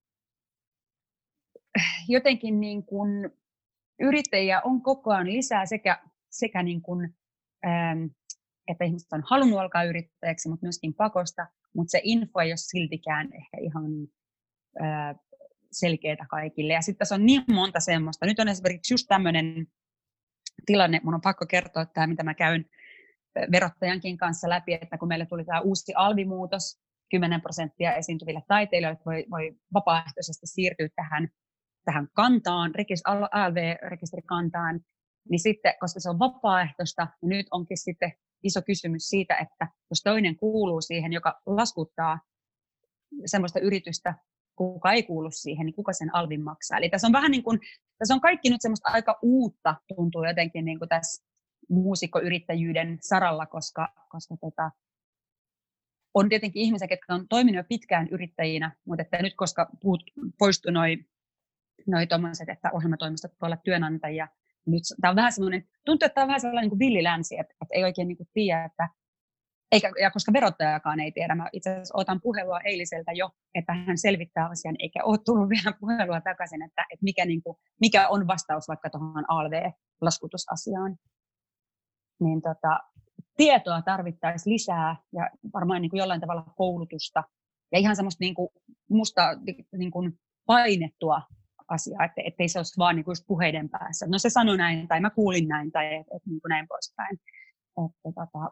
jotenkin niin kuin yrittäjiä on koko ajan lisää sekä, sekä niin kuin, ähm, että ihmiset on halunnut alkaa yrittäjäksi, mutta myöskin pakosta, mutta se info ei ole siltikään ehkä ihan äh, selkeää kaikille. Ja sitten tässä on niin monta semmoista. Nyt on esimerkiksi just tämmöinen tilanne, mun on pakko kertoa tämä, mitä mä käyn verottajankin kanssa läpi, että kun meille tuli tämä uusi alvimuutos, kymmenen prosenttia esiintyville taiteilijoille voi, voi vapaaehtoisesti siirtyä tähän, tähän kantaan, A L V-rekisterikantaan, niin sitten, koska se on vapaaehtoista, niin nyt onkin sitten iso kysymys siitä, että jos toinen kuuluu siihen, joka laskuttaa semmoista yritystä, kuka ei kuulu siihen, niin kuka sen alvin maksaa. Eli tässä on vähän niin kuin, tässä on kaikki nyt semmoista aika uutta, tuntuu jotenkin niin kuin tässä muusikkoyrittäjyyden saralla, koska, koska tota, on tietenkin ihmisiä, jotka on toiminut jo pitkään yrittäjinä, mutta että nyt koska puhut, poistui noi, noi tommoset, että ohjelmatoimistot voi olla työnantajia, nyt tämä on vähän semmoinen, tuntuu, että tämä on vähän sellainen niin kuin villilänsi, että, että ei oikein niin kuin tiedä, että eikä, ja koska verottajakaan ei tiedä, mä itse asiassa otan puhelua eiliseltä jo, että hän selvittää asian, eikä ole tullut vielä puhelua takaisin, että, että mikä, niin kuin, mikä on vastaus vaikka tuohon A L V-laskutusasiaan. Niin tota, tietoa tarvittaisiin lisää ja varmaan niin kuin jollain tavalla koulutusta ja ihan semmoista niin kuin, musta niin kuin painettua asiaa, että ettei se olisi vaan niin kuin just puheiden päässä. No se sanoi näin tai mä kuulin näin tai et, et, niin kuin näin poispäin. Että, tota,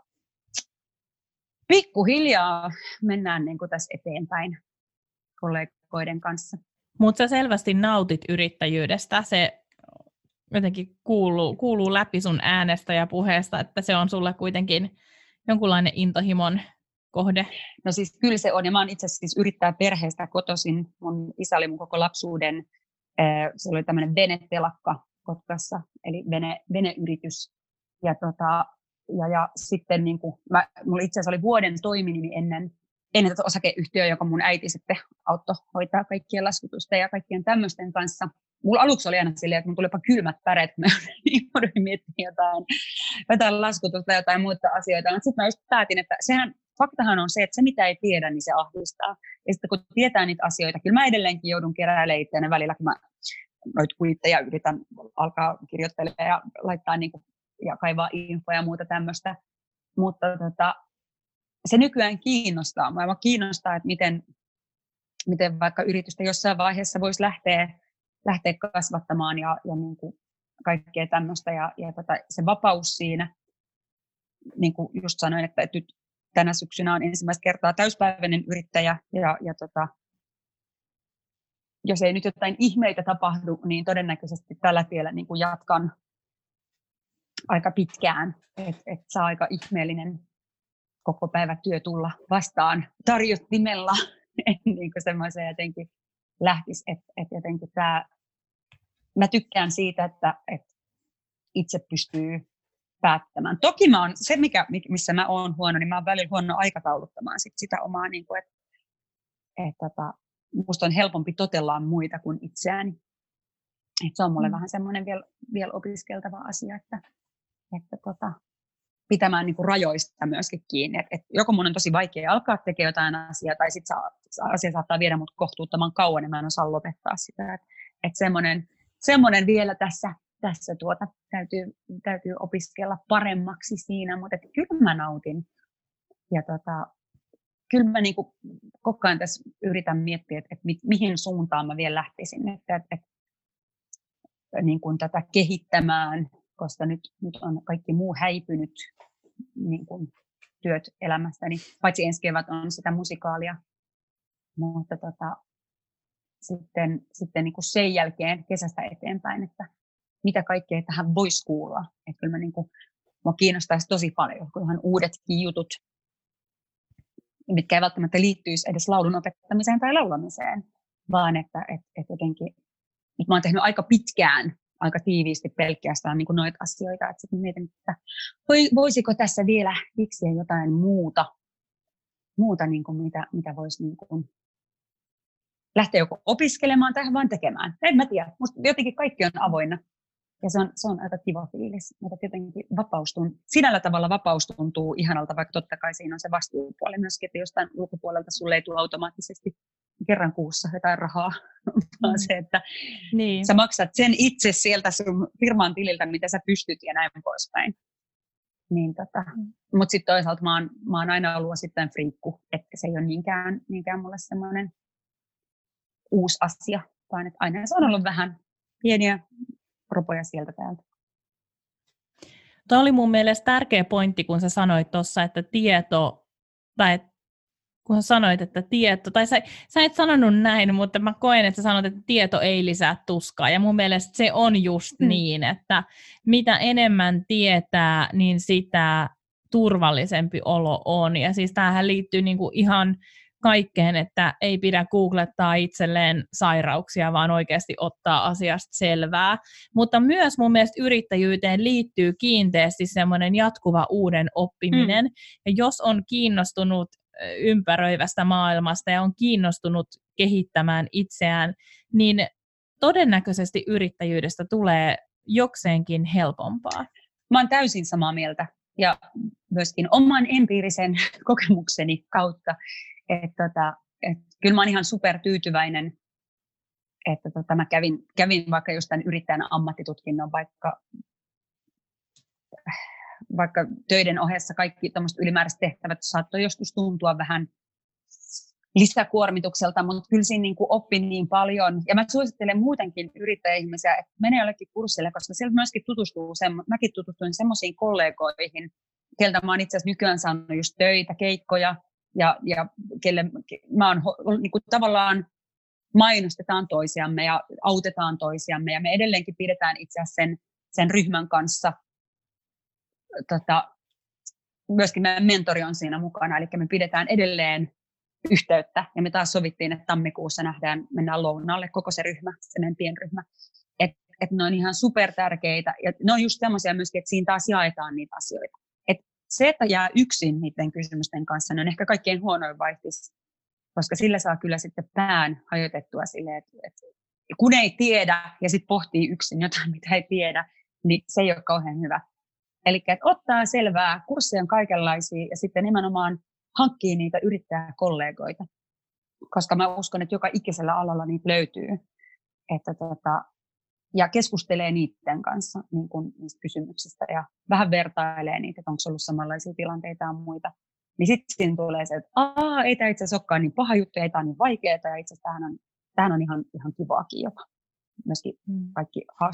pikkuhiljaa mennään niin kuin tässä eteenpäin kollegoiden kanssa. Mutta sä selvästi nautit yrittäjyydestä. Se jotenkin kuuluu, kuuluu läpi sun äänestä ja puheesta, että se on sulle kuitenkin jonkunlainen intohimon kohde. No siis kyllä se on, ja mä oon itse asiassa siis yrittäjä perheestä kotoisin. Mun isä oli mun koko lapsuuden, se oli tämmöinen venetelakka Kotkassa, eli vene, veneyritys. Ja, tota, ja, ja sitten niin kuin, mä, mulla itse asiassa oli vuoden toiminimi ennen, ennen tätä osakeyhtiöä, joka mun äiti sitten auttoi hoitaa kaikkien laskutusta ja kaikkien tämmöisten kanssa. Mulla aluksi oli aina silleen, että mun tuli jopa kylmät päreet, kun mä joudun miettimään jotain, jotain laskutusta ja jotain muita asioita. Mutta sitten mä just päätin, että sehän, faktahan on se, että se mitä ei tiedä, niin se ahdistaa. Ja sitten kun tietää niitä asioita, kyllä mä edelleenkin joudun keräilemään itseäni välillä, kun mä noita kuitteja yritän alkaa kirjoittelemaan ja laittaa niin kuin, ja kaivaa infoja ja muuta tämmöistä. Mutta tota, se nykyään kiinnostaa. Mua kiinnostaa, että miten, miten vaikka yritystä jossain vaiheessa voisi lähteä lähteä kasvattamaan ja, ja niin kuin kaikkea tämmöistä ja, ja tota, se vapaus siinä. niin kuin just sanoin, että nyt tänä syksynä on ensimmäistä kertaa täyspäiväinen yrittäjä ja, ja tota, jos ei nyt jotain ihmeitä tapahdu, niin todennäköisesti tällä tiellä niin kuin jatkan aika pitkään, että et saa aika ihmeellinen koko päivä työ tulla vastaan tarjottimella, niin kuin semmoiseen jotenkin lähtisi, että et jotenkin tämä, mä tykkään siitä, että et itse pystyy päättämään. Toki mä oon, se mikä, missä mä oon huono, niin mä oon välillä huono aikatauluttamaan sit sitä omaa, niin kuin, että et, tota, musta on helpompi totella muita kuin itseäni. Et se on mulle mm. vähän semmoinen vielä, vielä opiskeltava asia, että, että tota, pitämään niin kuin rajoista myöskin kiinni. Et, et joko mun on tosi vaikea alkaa tekemään jotain asiaa, tai sitten asia saattaa viedä mut kohtuuttoman kauan, ja mä en osaa lopettaa sitä. Että et semmoinen, semmoinen vielä tässä, tässä tuota, täytyy, täytyy opiskella paremmaksi siinä, mutta kyllä mä nautin. Ja tota, kyllä mä niin kuin koko ajan tässä yritän miettiä, että, että mihin suuntaan mä vielä lähtisin, että, että, että niin kuin tätä kehittämään, koska nyt, nyt on kaikki muu häipynyt niin kuin työt elämästäni, paitsi ensi kevät on sitä musikaalia, mutta tota, sitten, sitten niin kuin sen jälkeen kesästä eteenpäin, että mitä kaikkea tähän voisi kuulla. Että kyllä mä niin kuin, mua kiinnostaisi tosi paljon, kunhan uudetkin jutut, mitkä ei välttämättä liittyisi edes laulun opettamiseen tai laulamiseen, vaan että et, et jotenkin, nyt mä oon tehnyt aika pitkään, aika tiiviisti pelkästään niin kuin noita asioita, että sitten mietin, että voisiko tässä vielä keksiä jotain muuta, muuta niin kuin mitä, mitä voisi niin kuin lähteä joko opiskelemaan tai vaan tekemään. En mä tiedä, musta jotenkin kaikki on avoinna. Ja se on, se on aika kiva fiilis, mutta jotenkin vapaus tuntuu, sinällä tavalla vapaus tuntuu ihanalta, vaikka totta kai siinä on se vastuupuoli myöskin, että jostain ulkopuolelta sulle ei tule automaattisesti kerran kuussa jotain rahaa, vaan se, että niin. Sä maksat sen itse sieltä sun firman tililtä, mitä sä pystyt ja näin poispäin. Niin tota, mm. Mutta sitten toisaalta mä oon, mä oon aina ollut osittain friikku, että se ei ole niinkään, niinkään mulle semmoinen uusi asia, vaan että aina se on ollut vähän pieniä ropoja sieltä täältä. Tuo oli mun mielestä tärkeä pointti, kun sä sanoit tuossa, että tieto, tai kun sä sanoit, että tieto, tai sä, sä et sanonut näin, mutta mä koen, että sä sanot, että tieto ei lisää tuskaa, ja mun mielestä se on just mm. niin, että mitä enemmän tietää, niin sitä turvallisempi olo on, ja siis tämähän liittyy niinku ihan kaikkeen, että ei pidä googlettaa itselleen sairauksia, vaan oikeasti ottaa asiasta selvää. Mutta myös mun mielestä yrittäjyyteen liittyy kiinteästi semmoinen jatkuva uuden oppiminen. Mm. Ja jos on kiinnostunut ympäröivästä maailmasta ja on kiinnostunut kehittämään itseään, niin todennäköisesti yrittäjyydestä tulee jokseenkin helpompaa. Mä oon täysin samaa mieltä. Ja myöskin oman empiirisen kokemukseni kautta, että tota, et, kyllä mä oon ihan supertyytyväinen, että tota, mä kävin, kävin vaikka just tämän yrittäjän ammattitutkinnon, vaikka, vaikka töiden ohessa kaikki tämmöiset ylimääräiset tehtävät saattoi joskus tuntua vähän lisäkuormitukselta, mutta kyllä siinä niin kuin oppi niin paljon. Ja mä suosittelen muutenkin yrittäjäihmisiä, että mene jollekin kurssille, koska sieltä myöskin tutustuu, mäkin tutustuin semmoisiin kollegoihin, keltä mä oon itse asiassa nykyään saanut just töitä, keikkoja, ja, ja kelle mä oon niin kuin tavallaan mainostetaan toisiamme ja autetaan toisiamme, ja me edelleenkin pidetään itse asiassa sen, sen ryhmän kanssa, tota, myöskin meidän mentori on siinä mukana, eli me pidetään edelleen yhteyttä, ja me taas sovittiin, että tammikuussa nähdään, mennään lounaalle koko se ryhmä, se meidän pienryhmä, että et ne on ihan supertärkeitä, ja ne on just semmoisia myöskin, että siinä taas jaetaan niitä asioita. Et se, että jää yksin niiden kysymysten kanssa, ne on ehkä kaikkein huonoin vaihtis, koska sillä saa kyllä sitten pään hajotettua silleen, että, että kun ei tiedä, ja sitten pohtii yksin jotain, mitä ei tiedä, niin se ei ole kauhean hyvä. Eli että ottaa selvää, kursseja on kaikenlaisia, ja sitten nimenomaan hankkii niitä yrittäjäkollegoita, koska mä uskon, että joka ikisellä alalla niitä löytyy, että tota, ja keskustelee niiden kanssa niin kuin niistä kysymyksistä ja vähän vertailee niitä, että onko ollut samanlaisia tilanteita ja muita. Niin sitten siinä tulee se, että Aa, ei tämä itse asiassa olekaan niin paha juttu, ei tämä ole niin vaikeaa, ja itse asiassa tämähän on, tämähän on ihan, ihan kivaakin jopa, myöskin kaikki haasteet.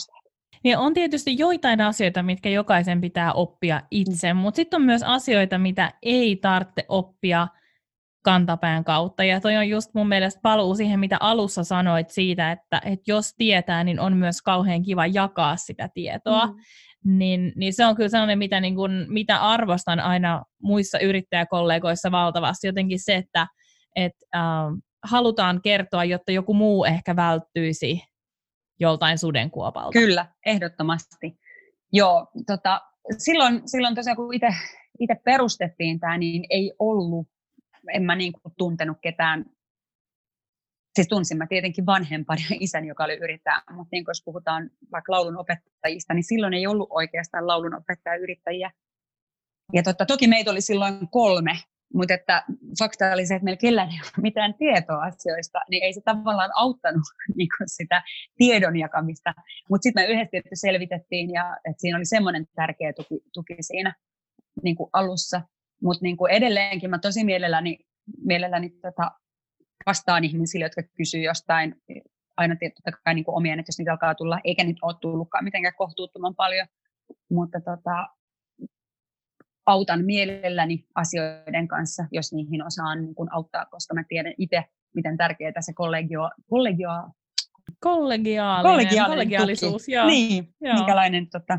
Ja on tietysti joitain asioita, mitkä jokaisen pitää oppia itse, mutta sitten on myös asioita, mitä ei tarvitse oppia kantapään kautta. Ja toi on just mun mielestä paluu siihen, mitä alussa sanoit siitä, että, että jos tietää, niin on myös kauhean kiva jakaa sitä tietoa. Mm. Niin, niin se on kyllä sellainen, mitä, niin kun, mitä arvostan aina muissa yrittäjäkollegoissa valtavasti. Jotenkin se, että et, äh, halutaan kertoa, jotta joku muu ehkä välttyisi joltain sudenkuopalta. Kyllä, ehdottomasti. Joo, tota, silloin, silloin tosiaan kun itse perustettiin tämä, niin ei ollut, en mä niin kuin tuntenut ketään, siis tunsin mä tietenkin vanhempani ja isän, joka oli yrittäjä, mutta niin jos puhutaan vaikka laulunopettajista, niin silloin ei ollut oikeastaan laulunopettajayrittäjiä. Ja totta, toki meitä oli silloin kolme, mutta että fakta oli se, että meillä kellään ei ole mitään tietoa asioista, niin ei se tavallaan auttanut niin kuin sitä tiedon jakamista. Mutta sitten me yhdessä selvitettiin, ja että siinä oli semmoinen tärkeä tuki, tuki siinä niin kuin alussa. Mutta niin kuin edelleenkin mä tosi mielelläni, mielelläni tota vastaan ihmisille, jotka kysyy jostain, aina totta kai niin kuin omien, että jos niitä alkaa tulla, eikä niitä ole tullutkaan mitenkään kohtuuttoman paljon, mutta tota, autan mielelläni asioiden kanssa, jos niihin osaan niin kuin auttaa, koska mä tiedän itse, miten tärkeää se kollegio, kollegio, kollegiaalinen, kollegiaalinen kollegiaalisuus. Joo. Niin, joo. Minkälainen tota,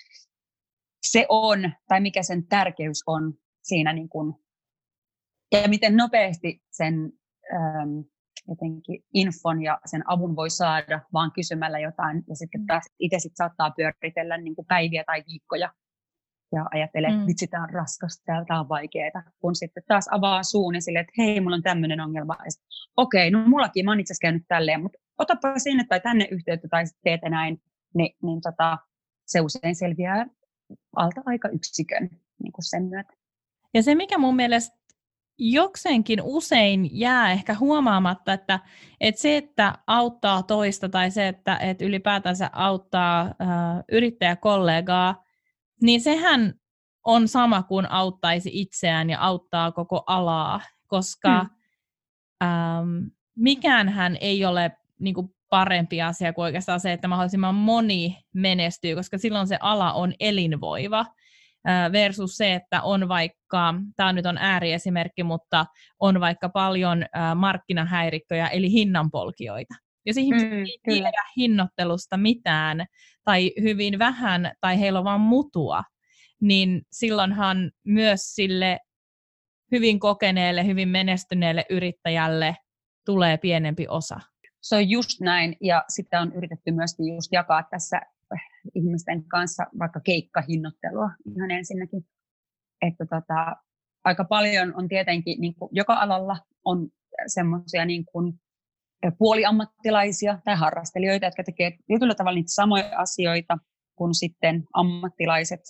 se on, tai mikä sen tärkeys on siinä, niin kuin, ja miten nopeasti sen äm, jotenkin infon ja sen avun voi saada vaan kysymällä jotain, ja sitten taas itse sit saattaa pyöritellä niin kuin päiviä tai viikkoja, ja ajattelee, että mm. vitsi, tämä on raskasta, tämä on vaikeaa, kun sitten taas avaa suun ja silleen, että hei, mulla on tämmöinen ongelma. Okei, okay, no mullakin, mä oon itse asiassa käynyt tälleen, mutta otapa sinne tai tänne yhteyttä tai teet näin, niin, niin tota, se usein selviää alta aika yksikön niin kuin sen myötä. Ja se, mikä mun mielestä jokseenkin usein jää ehkä huomaamatta, että, että se, että auttaa toista tai se, että, että ylipäätänsä auttaa äh, yrittäjäkollegaa, niin sehän on sama kuin auttaisi itseään ja auttaa koko alaa, koska hmm. äm, mikäänhän ei ole niin kuin parempi asia kuin oikeastaan se, että mahdollisimman moni menestyy, koska silloin se ala on elinvoiva äh, versus se, että on vaikka, tämä nyt on ääriesimerkki, mutta on vaikka paljon äh, markkinahäirikköjä eli hinnanpolkijoita. Jos ihmiset mm, ei tiedä kyllä. hinnoittelusta mitään tai hyvin vähän tai heillä on vaan mutua, niin silloinhan myös sille hyvin kokeneelle, hyvin menestyneelle yrittäjälle tulee pienempi osa. Se on just näin, ja sitä on yritetty myöskin just jakaa tässä ihmisten kanssa vaikka keikkahinnoittelua ihan ensinnäkin. Että tota, aika paljon on tietenkin, niin kuin joka alalla on semmoisia niin kuin puoliammattilaisia tai harrastelijoita, jotka tekevät tietyllä tavalla niitä samoja asioita kuin sitten ammattilaiset.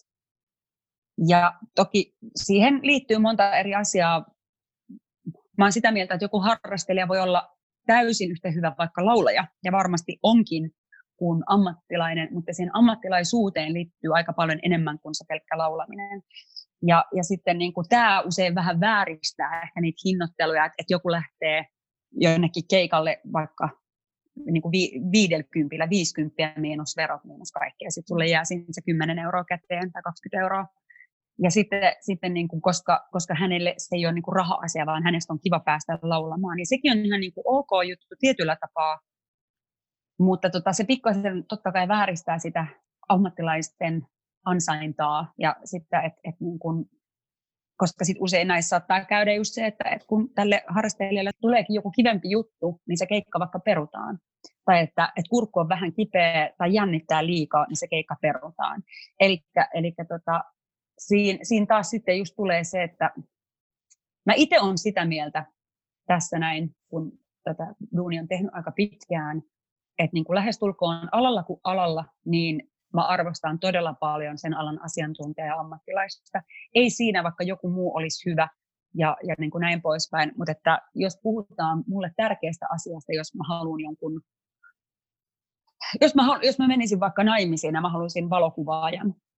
Ja toki siihen liittyy monta eri asiaa. Mä oon sitä mieltä, että joku harrastelija voi olla täysin yhtä hyvä vaikka laulaja, ja varmasti onkin kuin ammattilainen, mutta siihen ammattilaisuuteen liittyy aika paljon enemmän kuin se pelkkä laulaminen. Ja, ja sitten niin kuin tämä usein vähän vääristää ehkä niitä hinnoitteluja, että, että joku lähtee jonnekin keikalle vaikka niin kuin vi, viidelkympillä, viisikymppiä miinus verot, miinus kaikki, ja sitten sulle jää siinä se kymmenen euroa käteen tai kaksikymmentä euroa. Ja sitten, sitten niin kuin, koska, koska hänelle se ei ole niin kuin raha-asia, vaan hänestä on kiva päästä laulamaan, niin sekin on ihan niin kuin ok juttu tietyllä tapaa. Mutta tota, se pikkasen totta kai vääristää sitä ammattilaisten ansaintaa, ja sitten, et, et niin kuin, koska sit usein näissä saattaa käydä just se, että et kun tälle harrastelijalle tuleekin joku kivempi juttu, niin se keikka vaikka perutaan. Tai että et kurkku on vähän kipeä tai jännittää liikaa, niin se keikka perutaan. Elikkä, elikkä tota, siinä, siinä taas sitten just tulee se, että mä itse olen sitä mieltä tässä näin, kun tätä duunia on tehnyt aika pitkään, että niin kuin lähestulkoon alalla kuin alalla, niin mä arvostan todella paljon sen alan asiantuntijaa ja ammattilaista. Ei siinä, vaikka joku muu olisi hyvä ja, ja niin kuin näin poispäin, mutta että jos puhutaan mulle tärkeästä asiasta, jos mä haluan jonkun, jos mä, jos mä menisin vaikka naimisiin ja mä haluaisin valokuvaajan,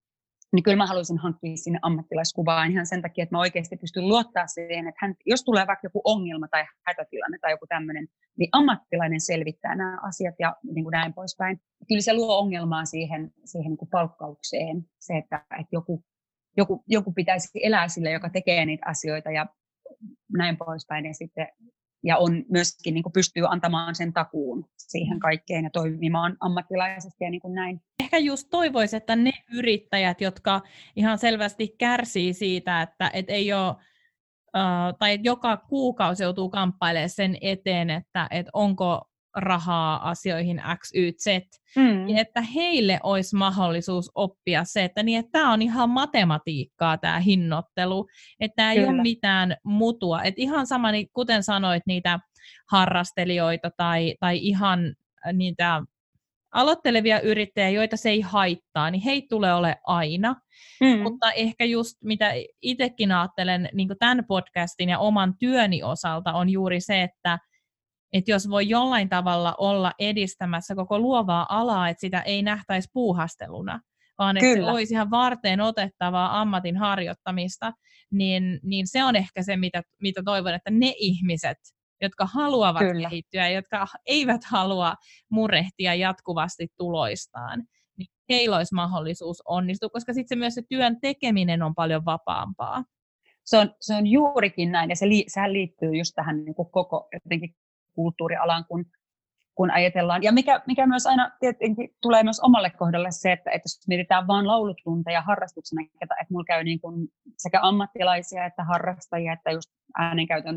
niin kyllä mä haluaisin hankkia sinne ammattilaiskuvaan ihan sen takia, että mä oikeasti pystyn luottaa siihen, että hän, jos tulee vaikka joku ongelma tai hätätilanne tai joku tämmöinen, niin ammattilainen selvittää nämä asiat ja niin kuin näin poispäin. Kyllä se luo ongelmaa siihen, siihen niin kuin palkkaukseen, se, että, että joku, joku, joku pitäisi elää sille, joka tekee niitä asioita ja näin poispäin. Ja, sitten, ja on myöskin niin kuin pystyy antamaan sen takuun siihen kaikkeen ja toimimaan ammattilaisesti ja niin kuin näin. Ehkä just toivoisin, että ne yrittäjät, jotka ihan selvästi kärsii siitä, että et ei ole, uh, tai että joka kuukausi joutuu kamppailemaan sen eteen, että et onko rahaa asioihin X, Y, Z, mm. niin että heille olisi mahdollisuus oppia se, että, niin, että tämä on ihan matematiikkaa tämä hinnoittelu, että tämä ei ole mitään mutua. Että ihan sama, niin kuten sanoit, niitä harrastelijoita tai, tai ihan niitä aloittelevia yrittäjiä, joita se ei haittaa, niin heitä tulee ole aina. Mm. Mutta ehkä just mitä itsekin ajattelen niin kuin tämän podcastin ja oman työni osalta on juuri se, että että jos voi jollain tavalla olla edistämässä koko luovaa alaa, että sitä ei nähtäisi puuhasteluna, vaan että Kyllä. se olisi ihan varteen otettavaa ammatin harjoittamista, niin, niin se on ehkä se, mitä, mitä toivon, että ne ihmiset, jotka haluavat Kyllä. kehittyä, jotka eivät halua murehtia jatkuvasti tuloistaan, niin heillä olisi mahdollisuus onnistua, koska sitten se myös se työn tekeminen on paljon vapaampaa. Se on, se on juurikin näin, ja se li, sehän liittyy just tähän niin kuin koko jotenkin kulttuurialaan, kun, kun ajatellaan. Ja mikä, mikä myös aina tietenkin tulee myös omalle kohdalle se, että, että jos mietitään vain laulutunteja harrastuksena, että, että mulla käy niin kuin sekä ammattilaisia että harrastajia, että just äänenkäytön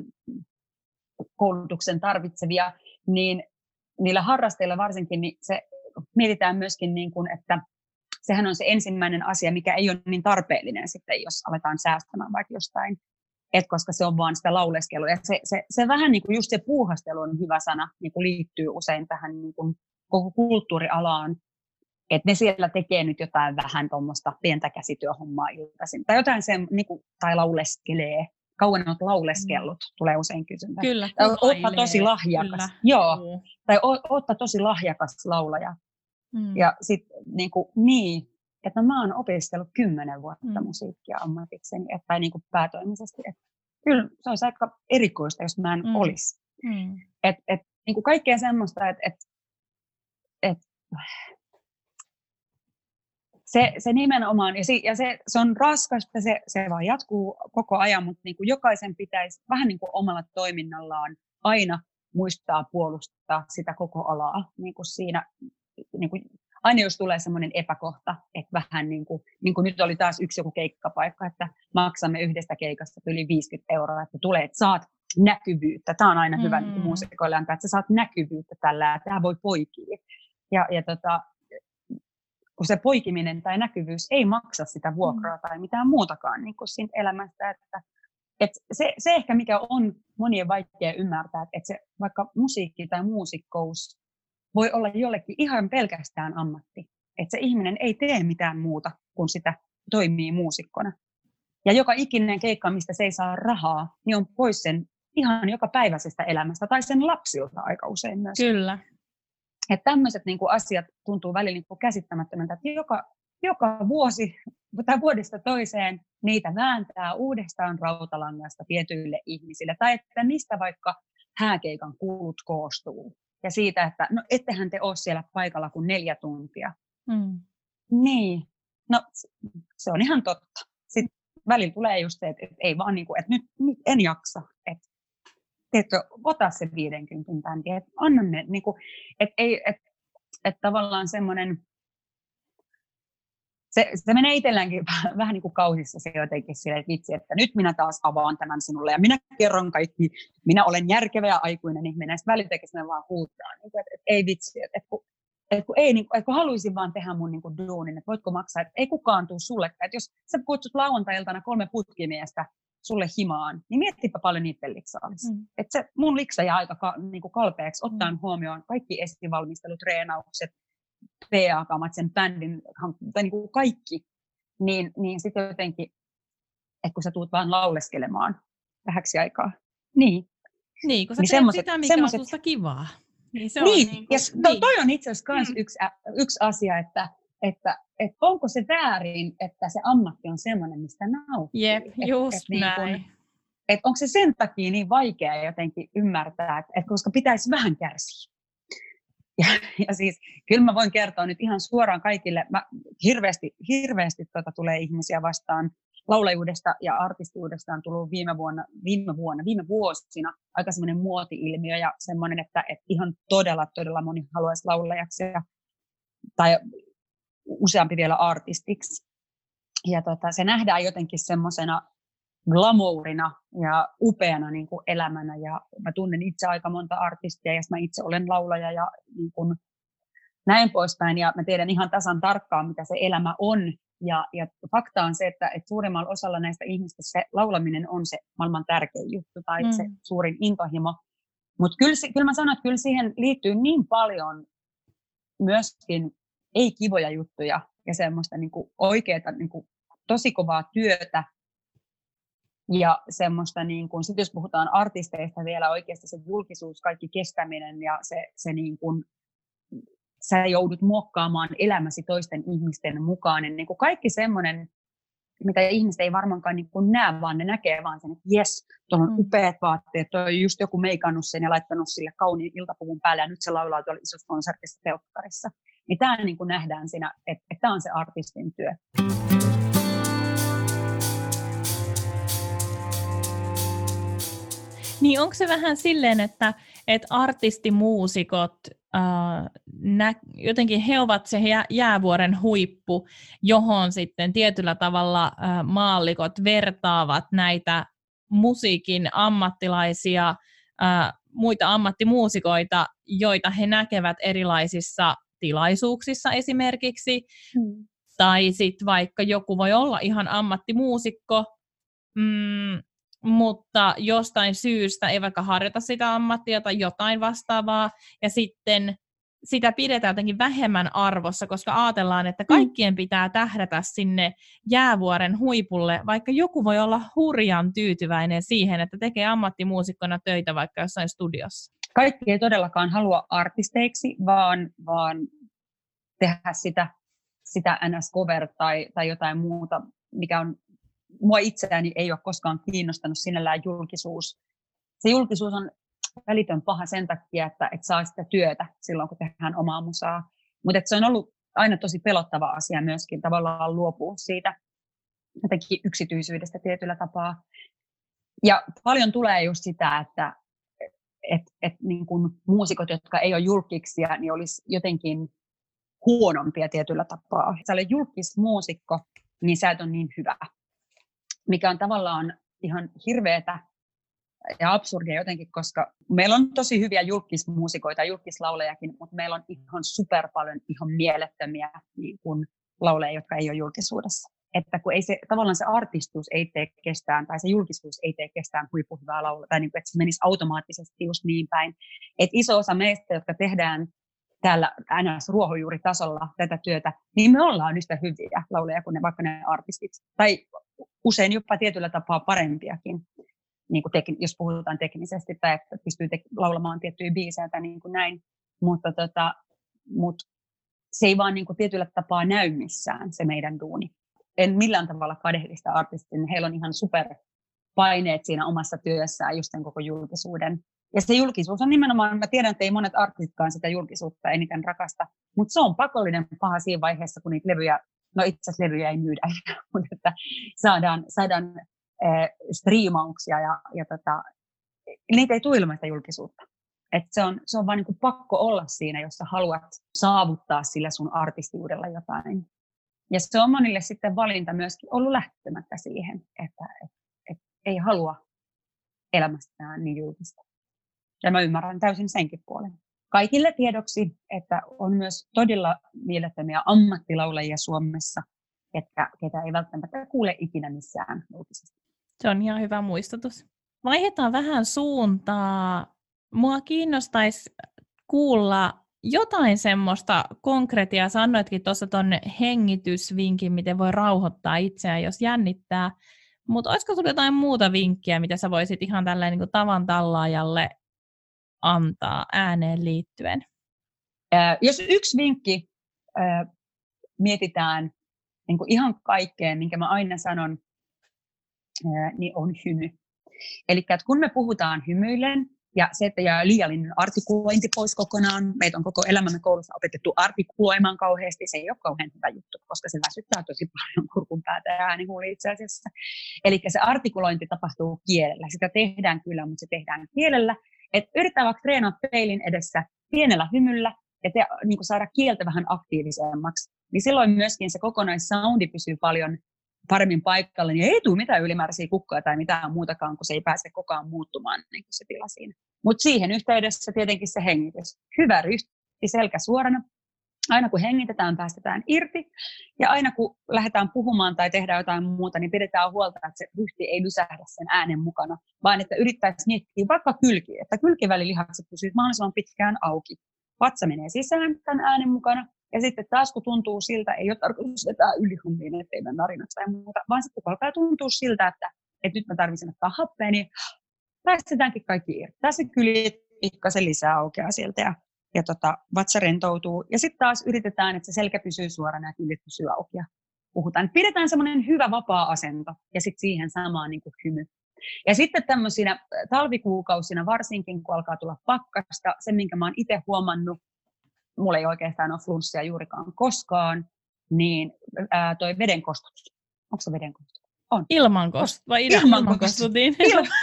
koulutuksen tarvitsevia, niin niillä harrastajilla varsinkin niin se mietitään myöskin, niin kuin, että sehän on se ensimmäinen asia, mikä ei ole niin tarpeellinen sitten, jos aletaan säästämään vaikka jostain. Et koska se on vaan sitä lauleskelua. Ja se, se, se vähän niin kuin just se puuhastelu on hyvä sana, niin kuin liittyy usein tähän niin kuin koko kulttuurialaan. Että ne siellä tekee nyt jotain vähän tuommoista pientä käsityöhommaa iltaisin. Tai jotain sen, niin kuin, tai lauleskelee. Kauan olet lauleskellut, mm. tulee usein kysyntä. Kyllä. Ootpa tosi lahjakas. Kyllä. Joo. Mm. Tai ootpa tosi lahjakas laulaja. Mm. Ja sitten niin kuin, niin. Että no, mä oon opiskellut kymmenen vuotta mm. musiikkia ammatikseni, tai niin kuin päätoimisesti. Että kyllä se olisi aika erikoista, jos mä en mm. olisi. Mm. Että et, niin kuin kaikkea semmoista, että et, et, se, se nimenomaan, ja, se, ja se, se on raskasta, se, se vaan jatkuu koko ajan, mutta niin kuin jokaisen pitäisi vähän niin kuin omalla toiminnallaan aina muistaa puolustaa sitä koko alaa niin kuin siinä, niin kuin aina jos tulee semmoinen epäkohta, että vähän niin kuin, niin kuin nyt oli taas yksi joku keikkapaikka, että maksamme yhdestä keikasta yli viisikymmentä euroa, että tulee, että saat näkyvyyttä. Tämä on aina mm. hyvä niin muusikoille antaa, että sä saat näkyvyyttä tällä, ja tämä voi poikia. Ja, ja tota, kun se poikiminen tai näkyvyys ei maksa sitä vuokraa mm. tai mitään muutakaan niin kuin siinä elämästä, että, että se, se ehkä mikä on monien vaikea ymmärtää, että se vaikka musiikki tai muusikkous voi olla jollekin ihan pelkästään ammatti. Että se ihminen ei tee mitään muuta kuin sitä toimii muusikkona. Ja joka ikinen keikka, mistä se ei saa rahaa, niin on pois sen ihan joka päiväisestä elämästä tai sen lapsilta aika usein myös. Kyllä. Että tämmöiset niin kuin asiat tuntuu välillä niin kuin käsittämättömältä, että joka, joka vuosi tai vuodesta toiseen niitä vääntää uudestaan rautalangasta tietyille ihmisille. Tai että mistä vaikka hääkeikan kulut koostuu. Ja siitä, että no ettehän te ole siellä paikalla kuin neljä tuntia. Mm. Niin, no se on ihan totta. Sitten välillä tulee just se, että, että ei vaan niin kuin, että nyt, nyt en jaksa. Että teetkö, ota se viidenkymmenen bändiä, että anna ne, niin kuin, että, ei, että, että tavallaan semmoinen, se, se menee itselläänkin vähän niin kuin kausissa se jotenkin silleen, että vitsi, että nyt minä taas avaan tämän sinulle ja minä kerron kaikki, minä olen järkevä ja aikuinen ihminen, ja sitten välitekin sinne vaan huutaa, niin kuin, että, että ei vitsi, että, että, kun, että, kun, ei, niin kuin, että kun haluaisin vaan tehdä mun niin kuin duunin, että voitko maksaa, että ei kukaan tule sulle, että jos sä kutsut lauantai-iltana kolme putkimiestä sulle himaan, niin miettipä paljon niiden liksaamista. Mm. Että se mun liksa jää aika ka, niin kuin kalpeaksi, ottaen mm. huomioon kaikki esivalmistelutreenaukset, P A-kamat, sen bändin, tai niin kuin kaikki, niin, niin sitten jotenkin, että kun sä tuut vaan lauleskelemaan vähäksi aikaa. Niin. Niin, kun sä niin teet sitä, mikä semmoset... on susta kivaa. Niin, se on niin, niin kuin, ja to, toi on itse asiassa myös mm. yksi, yksi asia, että, että, että onko se väärin, että se ammatti on semmoinen, mistä nauttii. Jep, just et, et näin. Niin kun, että onko se sen takia niin vaikea jotenkin ymmärtää, että, että koska pitäisi vähän kärsiä. Ja, ja siis kyllä mä voin kertoa nyt ihan suoraan kaikille, mä hirveästi, hirveästi tuota tulee ihmisiä vastaan. Laulajuudesta ja artistiudesta on tullut viime vuonna, viime vuonna, viime vuosina aika semmoinen muoti-ilmiö ja semmoinen, että, että ihan todella, todella moni haluaisi laulajaksi ja, tai useampi vielä artistiksi. Ja tota, se nähdään jotenkin semmoisena glamourina ja upeana niin kuin elämänä. Ja mä tunnen itse aika monta artistia ja mä itse olen laulaja ja niin kuin näin poispäin. Ja mä tiedän ihan tasan tarkkaan, mitä se elämä on. Ja, ja fakta on se, että, että suurimmalla osalla näistä ihmistä se laulaminen on se maailman tärkein juttu tai mm. se suurin intohimo. Mutta kyllä, kyllä mä sanon, että kyllä siihen liittyy niin paljon myöskin ei-kivoja juttuja ja semmoista niin kuin oikeaa, niin kuin tosi kovaa työtä. Ja semmoista, niin kuin, sit jos puhutaan artisteista vielä oikeasti se julkisuus, kaikki kestäminen ja se, se niin kuin, sä joudut muokkaamaan elämäsi toisten ihmisten mukaan. Niin kuin kaikki semmoinen, mitä ihmiset ei varmaankaan niin kuin näe, vaan ne näkee vaan sen, että jes, tuolla on upeat vaatteet, toi on just joku meikannut sen ja laittanut sille kauniin iltapuvun päälle ja nyt se laulaa tuolla isossa konsertissa telkkarissa. Niin tämä niin kuin nähdään siinä, että, että tämä on se artistin työ. Niin onko se vähän silleen, että, että artistimuusikot, äh, nä, jotenkin he ovat se jää, jäävuoren huippu, johon sitten tietyllä tavalla äh, maallikot vertaavat näitä musiikin ammattilaisia, äh, muita ammattimuusikoita, joita he näkevät erilaisissa tilaisuuksissa esimerkiksi, hmm. tai sitten vaikka joku voi olla ihan ammattimuusikko, mm, mutta jostain syystä ei vaikka harjoita sitä ammattia tai jotain vastaavaa, ja sitten sitä pidetään jotenkin vähemmän arvossa, koska ajatellaan, että kaikkien pitää tähdätä sinne jäävuoren huipulle, vaikka joku voi olla hurjan tyytyväinen siihen, että tekee ammattimuusikkona töitä vaikka jossain studiossa. Kaikki ei todellakaan halua artisteiksi, vaan, vaan tehdä sitä, sitä N S-cover tai, tai jotain muuta, mikä on mua itseäni ei ole koskaan kiinnostanut sinällään julkisuus. Se julkisuus on välitön paha sen takia, että et saa sitä työtä silloin, kun tehdään omaa musaa. Mutta se on ollut aina tosi pelottava asia myöskin tavallaan luopua siitä jotenkin yksityisyydestä tietyllä tapaa. Ja paljon tulee just sitä, että et, et niin kun muusikot, jotka ei ole julkisia, niin olisi jotenkin huonompia tietyllä tapaa. Sä olet julkismuusikko, niin sä et ole niin hyvä. Mikä on tavallaan ihan hirveetä ja absurdia jotenkin, koska meillä on tosi hyviä julkismuusikoita ja julkislaulejakin, mutta meillä on ihan super paljon ihan mielettömiä niin kuin lauleja, jotka ei ole julkisuudessa. Että kun ei se, tavallaan se artistus ei tee kestään, tai se julkisuus ei tee kestään huippuhyvää laulua, tai niin kuin, että se menisi automaattisesti just niin päin. Että iso osa meistä, jotka tehdään täällä N S-ruohonjuuritasolla tätä työtä, niin me ollaan yhtä hyviä lauleja kuin ne, vaikka ne artistit. Tai usein jopa tietyllä tapaa parempiakin, niin kuin tek, jos puhutaan teknisesti, tai että pystyy te- laulamaan tiettyjä biisejä tai niin kuin näin. Mutta tota, mut se ei vaan niin kuin tietyllä tapaa näy missään, se meidän duuni. En millään tavalla kadehdista artistin, niin heillä on ihan superpaineet siinä omassa työssään just sen koko julkisuuden. Ja se julkisuus on nimenomaan, mä tiedän, että ei monet artistitkaan sitä julkisuutta eniten rakasta, mutta se on pakollinen paha siinä vaiheessa, kun niitä levyjä, no itse asiassa levyjä ei myydä, mutta että saadaan, saadaan äh, striimauksia ja, ja tota, niitä ei tule ilman sitä julkisuutta. Et se on, se on vaan niin kuin pakko olla siinä, jos sä haluat saavuttaa sillä sun artistiudella jotain. Ja se on monille sitten valinta myöskin ollut lähtemättä siihen, että et, et ei halua elämästään niin julkista. Ja mä ymmärrän täysin senkin puolen. Kaikille tiedoksi, että on myös todella mielettömiä ammattilaulajia Suomessa, ketkä, ketä ei välttämättä kuule ikinä missään julkisesti. Se on ihan hyvä muistutus. Vaihdetaan vähän suuntaa. Mua kiinnostaisi kuulla jotain semmoista konkretiaa. Sanoitkin tuossa ton hengitysvinkin, miten voi rauhoittaa itseään, jos jännittää. Mutta olisiko sinulla jotain muuta vinkkiä, mitä sä voisit ihan tälleen niin kuin tavan tallaajalle antaa ääneen liittyen? Äh, jos yksi vinkki äh, mietitään niin kuin ihan kaikkeen, minkä mä aina sanon, ää, niin on hymy. Eli kun me puhutaan hymyillen, ja se, että jää liiallinen artikulointi pois kokonaan, meitä on koko elämämme koulussa opetettu artikuloimaan kauheasti, se ei ole kauhean hyvä juttu, koska se väsyttää tosi paljon kurkun päätä ja äänihuuli itse asiassa. Eli se artikulointi tapahtuu kielellä, sitä tehdään kyllä, mutta se tehdään kielellä. Et yrittää vaikka treenaa peilin edessä pienellä hymyllä, ja te, niin kuin saada kieltä vähän aktiivisemmaksi, niin silloin myöskin se kokonaissoundi pysyy paljon paremmin paikalle, niin ei tule mitään ylimääräisiä kukkoja tai mitään muutakaan, kun se ei pääse koko ajan muuttumaan niin kuin se tila siinä. Mutta siihen yhteydessä tietenkin se hengitys. Hyvä ryhti, selkä suorana. Aina kun hengitetään, päästetään irti. Ja aina kun lähdetään puhumaan tai tehdään jotain muuta, niin pidetään huolta, että se ryhti ei lysähdä sen äänen mukana, vaan että yrittäisiin miettiä vaikka kylkiä, että kylkivälilihakset pysyvät mahdollisimman pitkään auki. Vatsa menee sisään tämän äänen mukana. Ja sitten taas kun tuntuu siltä, ei ole tarkoitus vetää ylihummiin, ettei mennä narinaksi tai muuta, vaan sitten kun alkaa tuntua siltä, että, että nyt mä tarvitsen ottaa happea, niin päästetäänkin kaikki irti. Tässä kyljit pikkasen lisää aukeaa sieltä ja, ja tota, vatsa rentoutuu. Ja sitten taas yritetään, että se selkä pysyy suorana ja kyljit pysyy auki. Ja puhutaan. Pidetään semmoinen hyvä vapaa asento ja sitten siihen samaan niin kuin hymy. Ja sitten tämmöisinä talvikuukausina, varsinkin kun alkaa tulla pakkasta, se minkä mä oon itse huomannut, mulla ei oikeastaan ole flunssia juurikaan koskaan, niin ää, toi vedenkostutus. Onko se vedenkostutus? On. Ilmankostutus vai ilmankostutin?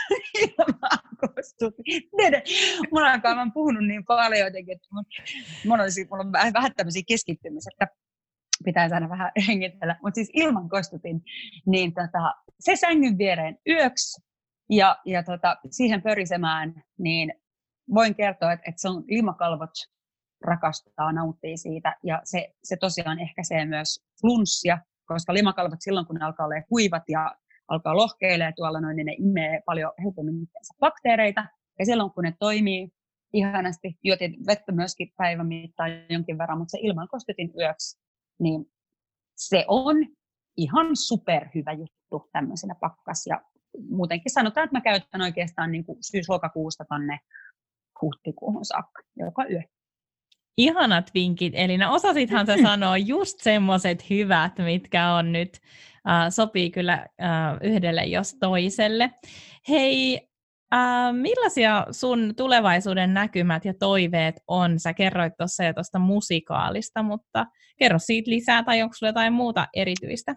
Ilmankostutin. Mulla on aivan puhunut niin paljon jotenkin, että mulla on, mulla on vähän tämmöisiä keskittymisiä, että pitää saada vähän hengitellä. Mutta siis ilmankostutin, niin tota, se sängyn viereen yöksi ja, ja tota, siihen pörisemään, niin voin kertoa, että, että se on limakalvot rakastaa, nauttii siitä ja se, se tosiaan ehkäisee myös flunssia, koska limakalvot silloin, kun ne alkaa olla kuivat ja alkaa lohkeilemaan tuolla noin, niin ne imee paljon helpommin bakteereita ja silloin, kun ne toimii ihanasti, juotin vettä myöskin päivän mittaan jonkin verran, mutta se ilmankostutin yöksi, niin se on ihan superhyvä juttu tämmöisenä pakkas ja muutenkin sanotaan, että mä käytän oikeastaan niin kuin syys-lokakuusta tonne huhtikuuhun saakka joka yö. Ihanat vinkit, Elina. Osasithan sä sanoa just semmoiset hyvät, mitkä on nyt, äh, sopii kyllä äh, yhdelle jos toiselle. Hei, äh, millaisia sun tulevaisuuden näkymät ja toiveet on? Sä kerroit tuossa jo tuosta musikaalista, mutta kerro siitä lisää, tai onko sulla jotain muuta erityistä?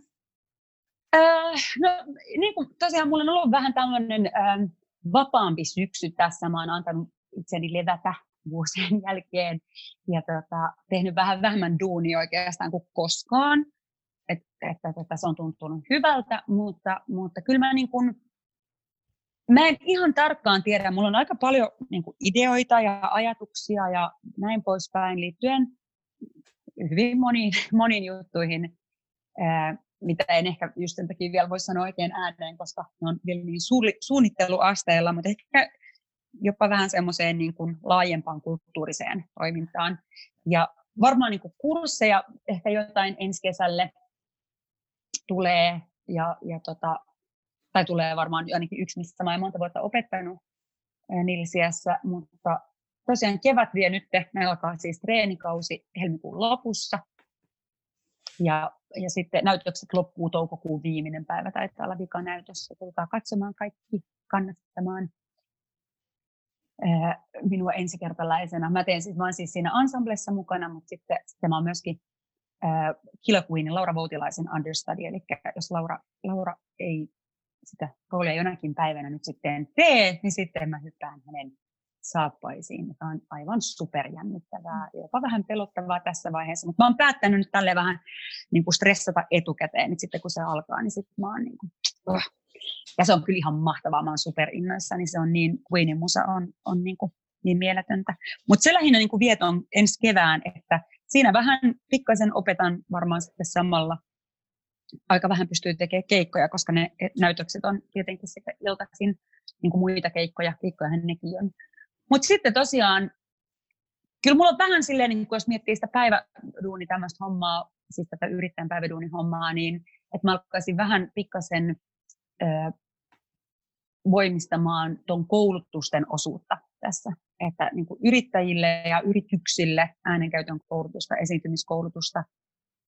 Äh, no niin kuin tosiaan mulla on ollut vähän tämmöinen äh, vapaampi syksy tässä. Mä oon antanut itseni levätä vuosien jälkeen ja tota, tehnyt vähän vähemmän duunia oikeastaan kuin koskaan. Että et, et, et, se on tuntunut hyvältä, mutta, mutta kyllä mä, niin kun, mä en ihan tarkkaan tiedä. Mulla on aika paljon niin kun ideoita ja ajatuksia ja näin poispäin liittyen hyvin moniin, moniin juttuihin, ää, mitä en ehkä just sen takia vielä voi sanoa oikein ääneen, koska ne on vielä niin suuri, suunnitteluasteella, mutta ehkä jopa vähän semmoiseen niin kuin laajempaan kulttuuriseen toimintaan. Ja varmaan niin kuin kursseja, ehkä jotain ensi kesälle tulee, ja, ja tota, tai tulee varmaan ainakin yksi, missä mä olen monta vuotta opettanut Nilsiässä, mutta tosiaan kevät vie nyt, meillä alkaa siis treenikausi helmikuun lopussa, ja, ja sitten näytökset loppuu toukokuun viimeinen päivä, taitaa olla vikanäytössä, tulkaa katsomaan kaikki, kannattamaan minua ensikertalaisena. Mä, teen, mä olen siis siinä ensemblessa mukana, mutta sitten, sitten mä olen myöskin äh, Killer Queenin Laura Voutilaisen understudy, eli jos Laura, Laura ei sitä roolia jonakin päivänä nyt sitten tee, niin sitten mä hyppään hänen saappaisiin, mikä on aivan superjännittävää, jopa vähän pelottavaa tässä vaiheessa, mutta mä oon päättänyt nyt tälleen vähän niin kuin stressata etukäteen, nyt sitten kun se alkaa, niin sitten mä oon niin kuin, oh. Ja se on kyllä ihan mahtavaa, mä oon superinnoissa, niin se on niin, Queenin musa on, on niin, kuin niin mieletöntä. Mutta se lähinnä niin kuin vieton ensi kevään, että siinä vähän pikkasen opetan varmaan sitten samalla. Aika vähän pystyy tekemään keikkoja, koska ne näytökset on tietenkin sitten iltaisin niin kuin muita keikkoja, keikkojahan nekin on. Mutta sitten tosiaan, kyllä mulla on vähän silleen, niin jos miettii sitä päiväduuni tämmöistä hommaa, siis tätä yrittäjän päiväduunin hommaa, niin että mä alkaisin vähän pikkasen voimistamaan tuon koulutusten osuutta tässä, että niin kuin yrittäjille ja yrityksille äänenkäytön koulutusta, esiintymiskoulutusta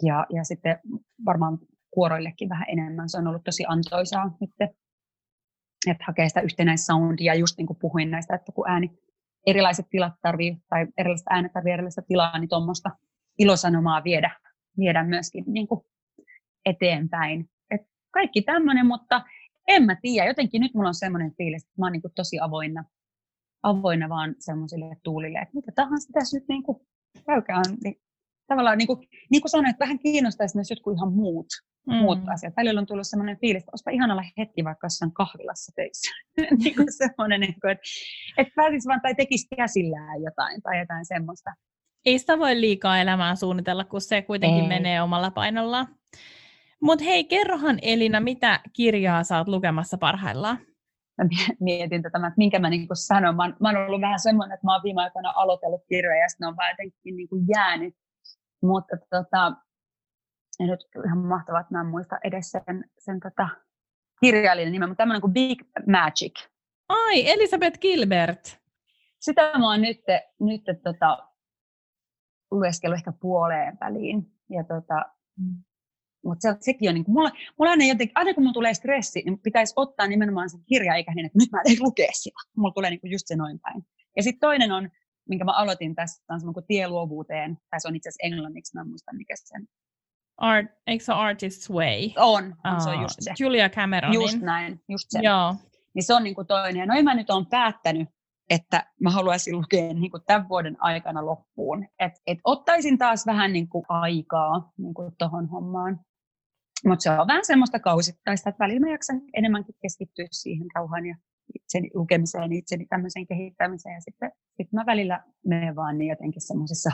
Ja, ja sitten varmaan kuoroillekin vähän enemmän. Se on ollut tosi antoisaa nyt, että hakee sitä yhtenäissoundia. Just niin kuin puhuin näistä, että kun ääni, erilaiset tilat tarvii, tai erilaiset äänet tarvii erilaista tilaa, niin tuommoista ilosanomaa viedä, viedä myöskin niin kuin eteenpäin. Et kaikki tämmöinen, mutta en mä tiedä. Jotenkin nyt mulla on semmoinen fiilis, että mä oon niin kuin tosi avoinna, avoinna vaan semmoisille tuulille, että mitä tahansa tässä nyt niin kuin käykään. Niin tavallaan niin kuin, niin kuin sanoin, että vähän kiinnostaisi myös jotkut ihan muut, mm. muut asiat. Välillä on tullut semmoinen fiilis, että olisipa ihana olla hetki vaikka jossain kahvilassa töissä. niin kuin semmoinen, niin kuin, että, että pääsisi vaan tai tekisi käsillään jotain tai jotain semmoista. Ei sitä voi liikaa elämää suunnitella, kun se kuitenkin Ei. menee omalla painollaan. Mutta hei, kerrohan Elina, mitä kirjaa sä oot lukemassa parhaillaan? Mä mietin tätä, että minkä mä niin sanon. Mä, mä oon ollut vähän semmoinen, että mä oon viime aikoina aloitellut kirjoja ja sitten ne on vaan jotenkin niin kuin jäänyt. Mutta tota, nyt ihan mahtavaa, että mä en muista edes sen, sen tota, kirjailijan nimen, mutta tämmöinen kuin Big Magic. Ai, Elizabeth Gilbert. Sitä mä oon nyt, nyt tota, lueskellut ehkä puoleen väliin. Ja tota, mutta se, sekin on niin kuin, mulla, mulla aina, jotenkin, aina kun mulla tulee stressi, niin pitäisi ottaa nimenomaan sen kirja, eikä niin, että nyt mä en lukea sitä. Mulla tulee niin kuin just se noin päin. Ja sitten toinen on, minkä mä aloitin tässä, on semmoinen kuin Tie luovuuteen, tai se on itse asiassa englanniksi, mä en muista mikä sen. Art, eikö se Artist's Way? On, on se on just se. Julia Cameronin. Just näin, just se. Joo. Niin se on niin kuin toinen. Ja noin mä nyt oon päättänyt, että mä haluaisin lukea niin kuin tämän vuoden aikana loppuun. Että et ottaisin taas vähän niin kuin aikaa niin kuin tohon hommaan. Mutta se on vähän semmoista kausittaista, että välillä mä jaksan enemmänkin keskittyä siihen rauhaan ja itseni lukemiseen, itseni tämmöiseen kehittämiseen. Ja sitten sit mä välillä menen vaan niin jotenkin semmoisessa,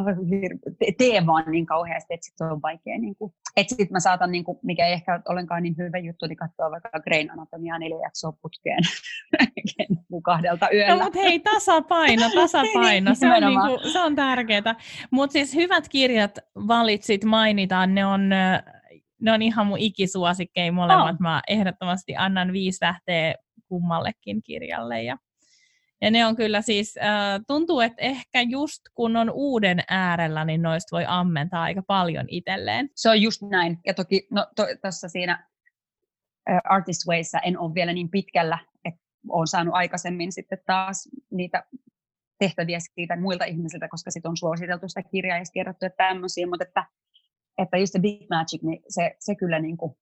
teen vaan niin kauheasti, että sit se on vaikea. Niin kuin, että sitten mä saatan, niin kuin, mikä ei ehkä ole ollenkaan niin hyvä juttu, niin katsoa vaikka Grain Anatomiaa neljä jaksoa putkeen kahdelta yöllä. No mutta hei, tasapaino, tasapaino, niin, se, on niin kuin, se on tärkeää. Mutta siis hyvät kirjat valitsit, mainitaan, ne on... Ne on ihan mun ikisuosikkeja molemmat. Oh. Mä ehdottomasti annan viisi tähteä kummallekin kirjalle. Ja, ja ne on kyllä siis, äh, tuntuu, että ehkä just kun on uuden äärellä, niin noista voi ammentaa aika paljon itselleen. Se on just näin. Ja toki no, tuossa to, siinä uh, Artist Wayssä en ole vielä niin pitkällä, että olen saanut aikaisemmin sitten taas niitä tehtäviä siitä muilta ihmisiltä, koska sitten on suositeltu sitä kirjaa ja kerrottu, että tämmöisiä, mutta että että just se Big Magic, niin se, se kyllä niin kuin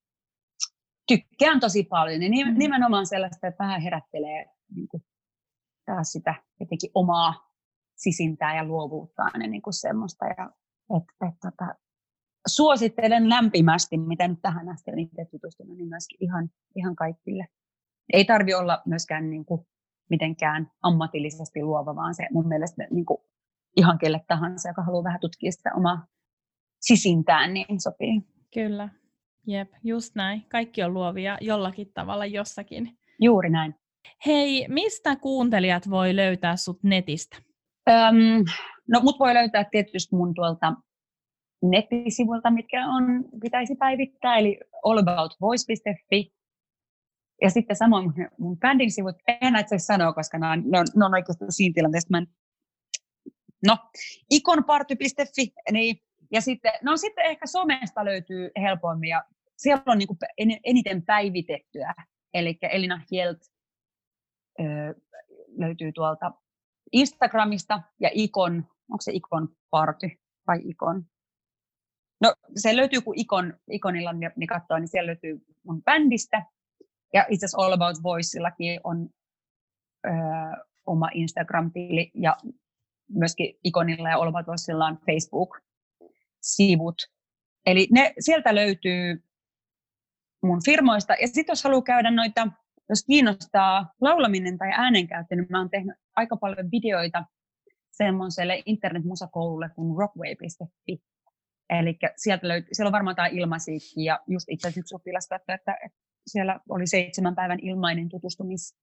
tykkään tosi paljon. Ja nimenomaan sellaista, että vähän herättelee niin kuin taas sitä jotenkin omaa sisintää ja luovuuttaan ja niin kuin semmoista. Ja, et, et, tota, suosittelen lämpimästi, mitä nyt tähän asti on itse tutustunut, niin myöskin ihan, ihan kaikille. Ei tarvitse olla myöskään niin kuin mitenkään ammatillisesti luova, vaan se mun mielestä niin kuin ihan kelle tahansa, joka haluaa vähän tutkia sitä omaa sisintään, niin sopii. Kyllä, jep, just näin. Kaikki on luovia jollakin tavalla jossakin. Juuri näin. Hei, mistä kuuntelijat voi löytää sut netistä? Öm, no mut voi löytää tietysti mun tuolta nettisivuilta, mitkä on, pitäisi päivittää, eli allaboutvoice piste fi. Ja sitten samoin mun, mun bändin sivut, en itse sanoa, koska ne on, ne on, ne on oikeasti siinä tilanteessa, mä en... No, ikonparty piste fi, niin ja sitten, no sitten ehkä somesta löytyy helpommin ja siellä on niin kuin eniten päivitettyä. Eli Elina Hjelt ö, löytyy tuolta Instagramista ja Ikon, onko se Ikon Party vai Ikon? No se löytyy, kun Ikon, Ikonilla niin katsoo, niin siellä löytyy mun bändistä. Ja itse asiassa All About Voicellakin on ö, oma Instagram-tili ja myöskin Ikonilla ja All About Voicella on Facebook-sivut. Eli ne, sieltä löytyy mun firmoista. Ja sitten jos haluaa käydä noita, jos kiinnostaa laulaminen tai äänenkäyttö, niin mä oon tehnyt aika paljon videoita semmoiselle internetmusakoululle kuin rockway piste fi. Eli sieltä löytyy, siellä on varmaan jotain ilmaisiakin ja just itse asiassa yksi oppilas katsoi, että, että siellä oli seitsemän päivän ilmainen tutustumis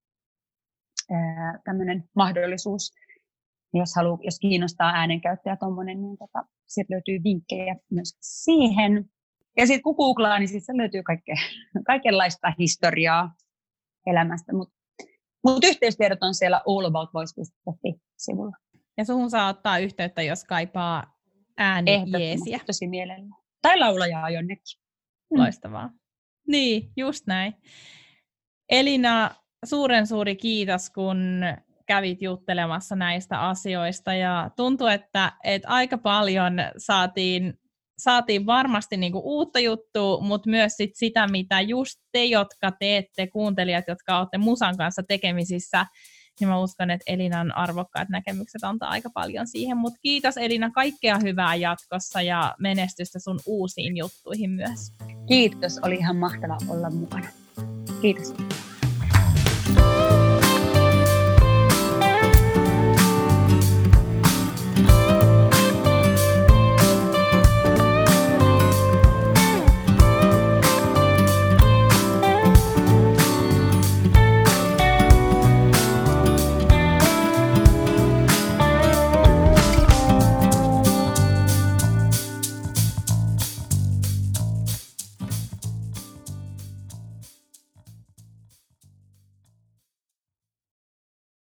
ää, tämmöinen mahdollisuus. Jos, haluaa, jos kiinnostaa äänenkäyttöä tuommoinen, niin tota, sieltä löytyy vinkkejä myös siihen. Ja sitten kun googlaa, niin sitten löytyy kaikkea, kaikenlaista historiaa elämästä. Mutta mut yhteystiedot on siellä allaboutvoice piste fi-sivulla. Ja suhun saa ottaa yhteyttä, jos kaipaa äänijeesiä. Tosi mielellä. Tai laulajaa jonnekin. Loistavaa. Niin, just näin. Elina, suuren suuri kiitos, kun kävit juttelemassa näistä asioista. Ja tuntuu, että, että aika paljon saatiin, saatiin varmasti niinku uutta juttua, mutta myös sit sitä, mitä just te, jotka teette, kuuntelijat, jotka olette musan kanssa tekemisissä, niin mä uskon, että Elinan arvokkaat näkemykset antaa aika paljon siihen. Mutta kiitos Elina, kaikkea hyvää jatkossa ja menestystä sun uusiin juttuihin myös. Kiitos, oli ihan mahtavaa olla mukana. Kiitos.